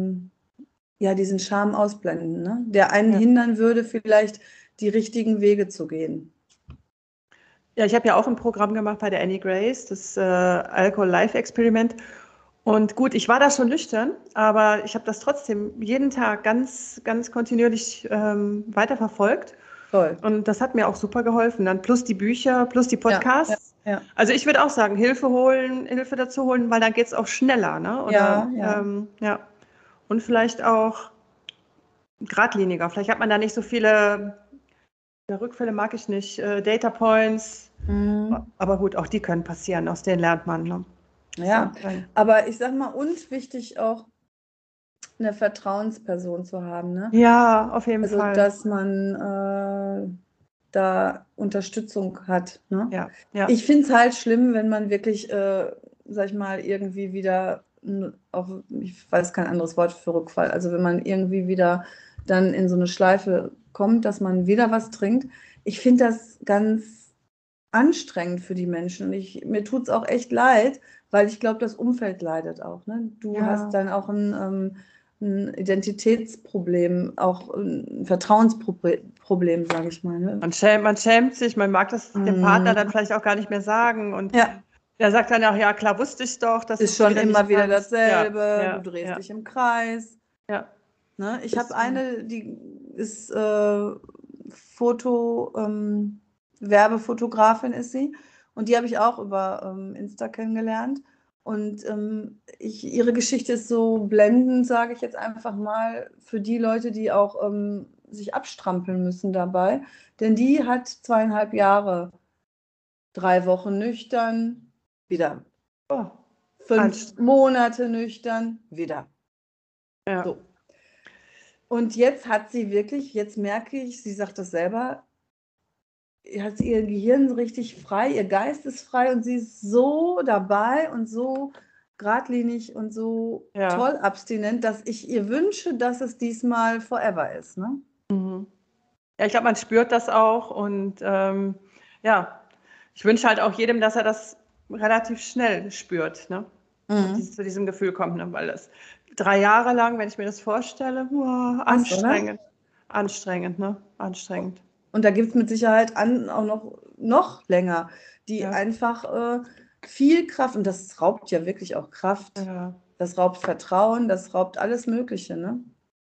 diesen Scham ausblenden, ne? Der einen hindern würde, vielleicht die richtigen Wege zu gehen. Ja, ich habe ja auch ein Programm gemacht bei der Annie Grace, das Alkohol-Life-Experiment. Und gut, ich war da schon nüchtern, aber ich habe das trotzdem jeden Tag ganz, ganz kontinuierlich weiterverfolgt. Toll. Und das hat mir auch super geholfen. Dann plus die Bücher, plus die Podcasts. Ja. Also ich würde auch sagen, Hilfe dazu holen, weil dann geht es auch schneller. Ne? Oder, Ja. Und vielleicht auch geradliniger. Vielleicht hat man da nicht so viele Rückfälle, mag ich nicht, Data Points. Aber gut, auch die können passieren, aus denen lernt man. Ne? Ja, aber ich sag mal, und wichtig auch, eine Vertrauensperson zu haben, ne? Ja, auf jeden Fall. Also, dass man da Unterstützung hat, ne? Ja. Ich finde es halt schlimm, wenn man wirklich, sag ich mal, irgendwie wieder, ich weiß kein anderes Wort für Rückfall, also wenn man irgendwie wieder dann in so eine Schleife kommt, dass man wieder was trinkt. Ich finde das ganz anstrengend für die Menschen. Mir tut es auch echt leid, weil ich glaube, das Umfeld leidet auch. Ne? Du hast dann auch ein Identitätsproblem, auch ein Vertrauensproblem, sage ich mal. Ne? Man schämt sich, man mag das dem Partner dann vielleicht auch gar nicht mehr sagen. Und der sagt dann auch, ja klar, wusste ich doch. Das ist schon immer wieder dasselbe, du drehst dich im Kreis. Ja. Ne? Ich habe eine, ist Werbefotografin ist sie. Und die habe ich auch über Insta kennengelernt. Und ihre Geschichte ist so blendend, sage ich jetzt einfach mal, für die Leute, die auch sich abstrampeln müssen dabei. Denn die hat 2,5 Jahre, 3 Wochen nüchtern, wieder. 5 Monate nüchtern, wieder. Ja. So. Und jetzt hat sie wirklich, jetzt merke ich, sie sagt das selber, hat sie ihr Gehirn richtig frei, ihr Geist ist frei und sie ist so dabei und so geradlinig und so toll abstinent, dass ich ihr wünsche, dass es diesmal forever ist. Ne? Mhm. Ja, ich glaube, man spürt das auch und ich wünsche halt auch jedem, dass er das relativ schnell spürt, ne? Und zu diesem Gefühl kommt, ne? Weil das 3 Jahre lang, wenn ich mir das vorstelle, anstrengend. Anstrengend, ne? Anstrengend. Und da gibt es mit Sicherheit auch noch länger, die einfach viel Kraft, und das raubt ja wirklich auch Kraft, das raubt Vertrauen, das raubt alles Mögliche, ne?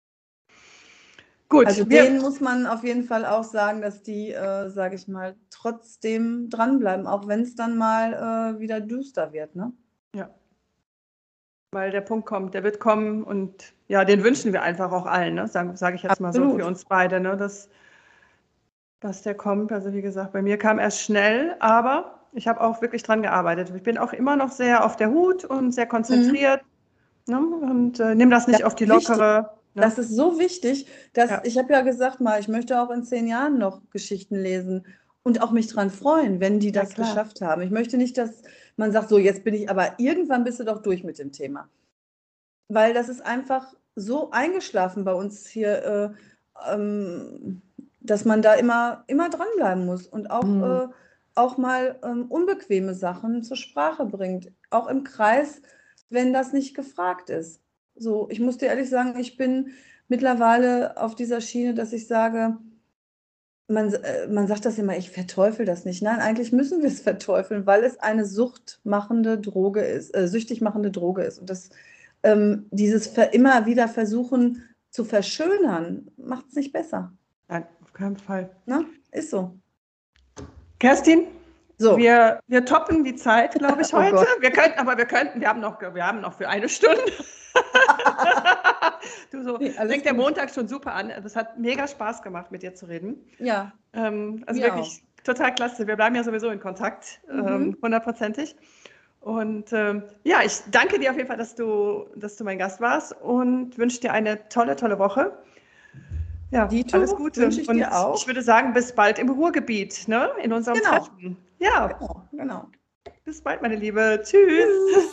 Gut, also denen muss man auf jeden Fall auch sagen, dass die, sage ich mal, trotzdem dranbleiben, auch wenn es dann mal wieder düster wird, ne? Ja. Weil der Punkt kommt, der wird kommen und ja, den wünschen wir einfach auch allen, ne? Sage ich jetzt mal so für uns beide, ne? Dass der kommt. Also wie gesagt, bei mir kam er schnell, aber ich habe auch wirklich dran gearbeitet. Ich bin auch immer noch sehr auf der Hut und sehr konzentriert, ne? Und nehme das nicht auf die lockere. Ne? Das ist so wichtig, dass ich habe ja gesagt mal, ich möchte auch in 10 Jahren noch Geschichten lesen und auch mich dran freuen, wenn die das geschafft haben. Ich möchte nicht, dass man sagt, so jetzt bin ich, aber irgendwann bist du doch durch mit dem Thema. Weil das ist einfach so eingeschlafen bei uns hier, dass man da immer dranbleiben muss und auch mal unbequeme Sachen zur Sprache bringt. Auch im Kreis, wenn das nicht gefragt ist. So, ich muss dir ehrlich sagen, ich bin mittlerweile auf dieser Schiene, dass ich sage, man sagt das immer, ich verteufel das nicht. Nein, eigentlich müssen wir es verteufeln, weil es eine süchtig machende Droge ist. Und das, dieses immer wieder versuchen zu verschönern, macht es nicht besser. Nein, auf keinen Fall. Na, ist so. Kerstin, wir toppen die Zeit, glaube ich, heute. Wir haben noch für 1 Stunde. Fängt der Montag schon super an. Das hat mega Spaß gemacht, mit dir zu reden. Ja. Also wirklich total klasse. Wir bleiben ja sowieso in Kontakt, 100%. Und ich danke dir auf jeden Fall, dass du mein Gast warst und wünsche dir eine tolle, tolle Woche. Ja, Dito, alles Gute. Wünsche ich dir auch. Ich würde sagen, bis bald im Ruhrgebiet, ne? In unserem Treffen. Ja. Genau. Bis bald, meine Liebe. Tschüss.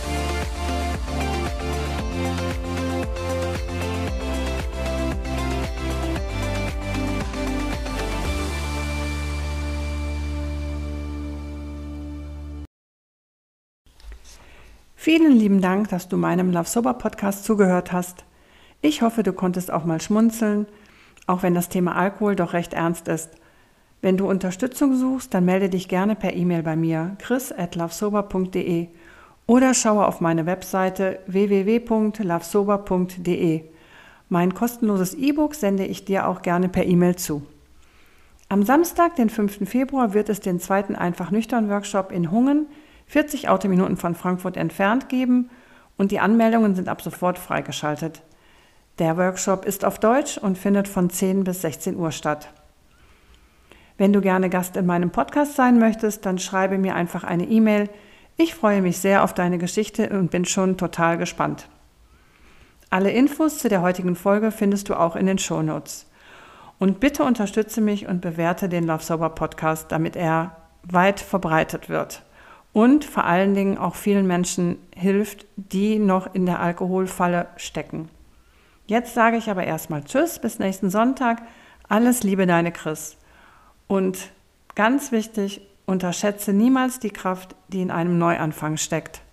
Vielen lieben Dank, dass du meinem Love Sober Podcast zugehört hast. Ich hoffe, du konntest auch mal schmunzeln, auch wenn das Thema Alkohol doch recht ernst ist. Wenn du Unterstützung suchst, dann melde dich gerne per E-Mail bei mir, chris@lovesober.de, oder schaue auf meine Webseite www.lovesober.de. Mein kostenloses E-Book sende ich dir auch gerne per E-Mail zu. Am Samstag, den 5. Februar, wird es den 2. Einfach-Nüchtern-Workshop in Hungen, 40 Autominuten von Frankfurt entfernt, geben und die Anmeldungen sind ab sofort freigeschaltet. Der Workshop ist auf Deutsch und findet von 10 bis 16 Uhr statt. Wenn du gerne Gast in meinem Podcast sein möchtest, dann schreibe mir einfach eine E-Mail. Ich freue mich sehr auf deine Geschichte und bin schon total gespannt. Alle Infos zu der heutigen Folge findest du auch in den Shownotes. Und bitte unterstütze mich und bewerte den Love Sober Podcast, damit er weit verbreitet wird und vor allen Dingen auch vielen Menschen hilft, die noch in der Alkoholfalle stecken. Jetzt sage ich aber erstmal Tschüss, bis nächsten Sonntag. Alles Liebe, deine Chris. Und ganz wichtig, unterschätze niemals die Kraft, die in einem Neuanfang steckt.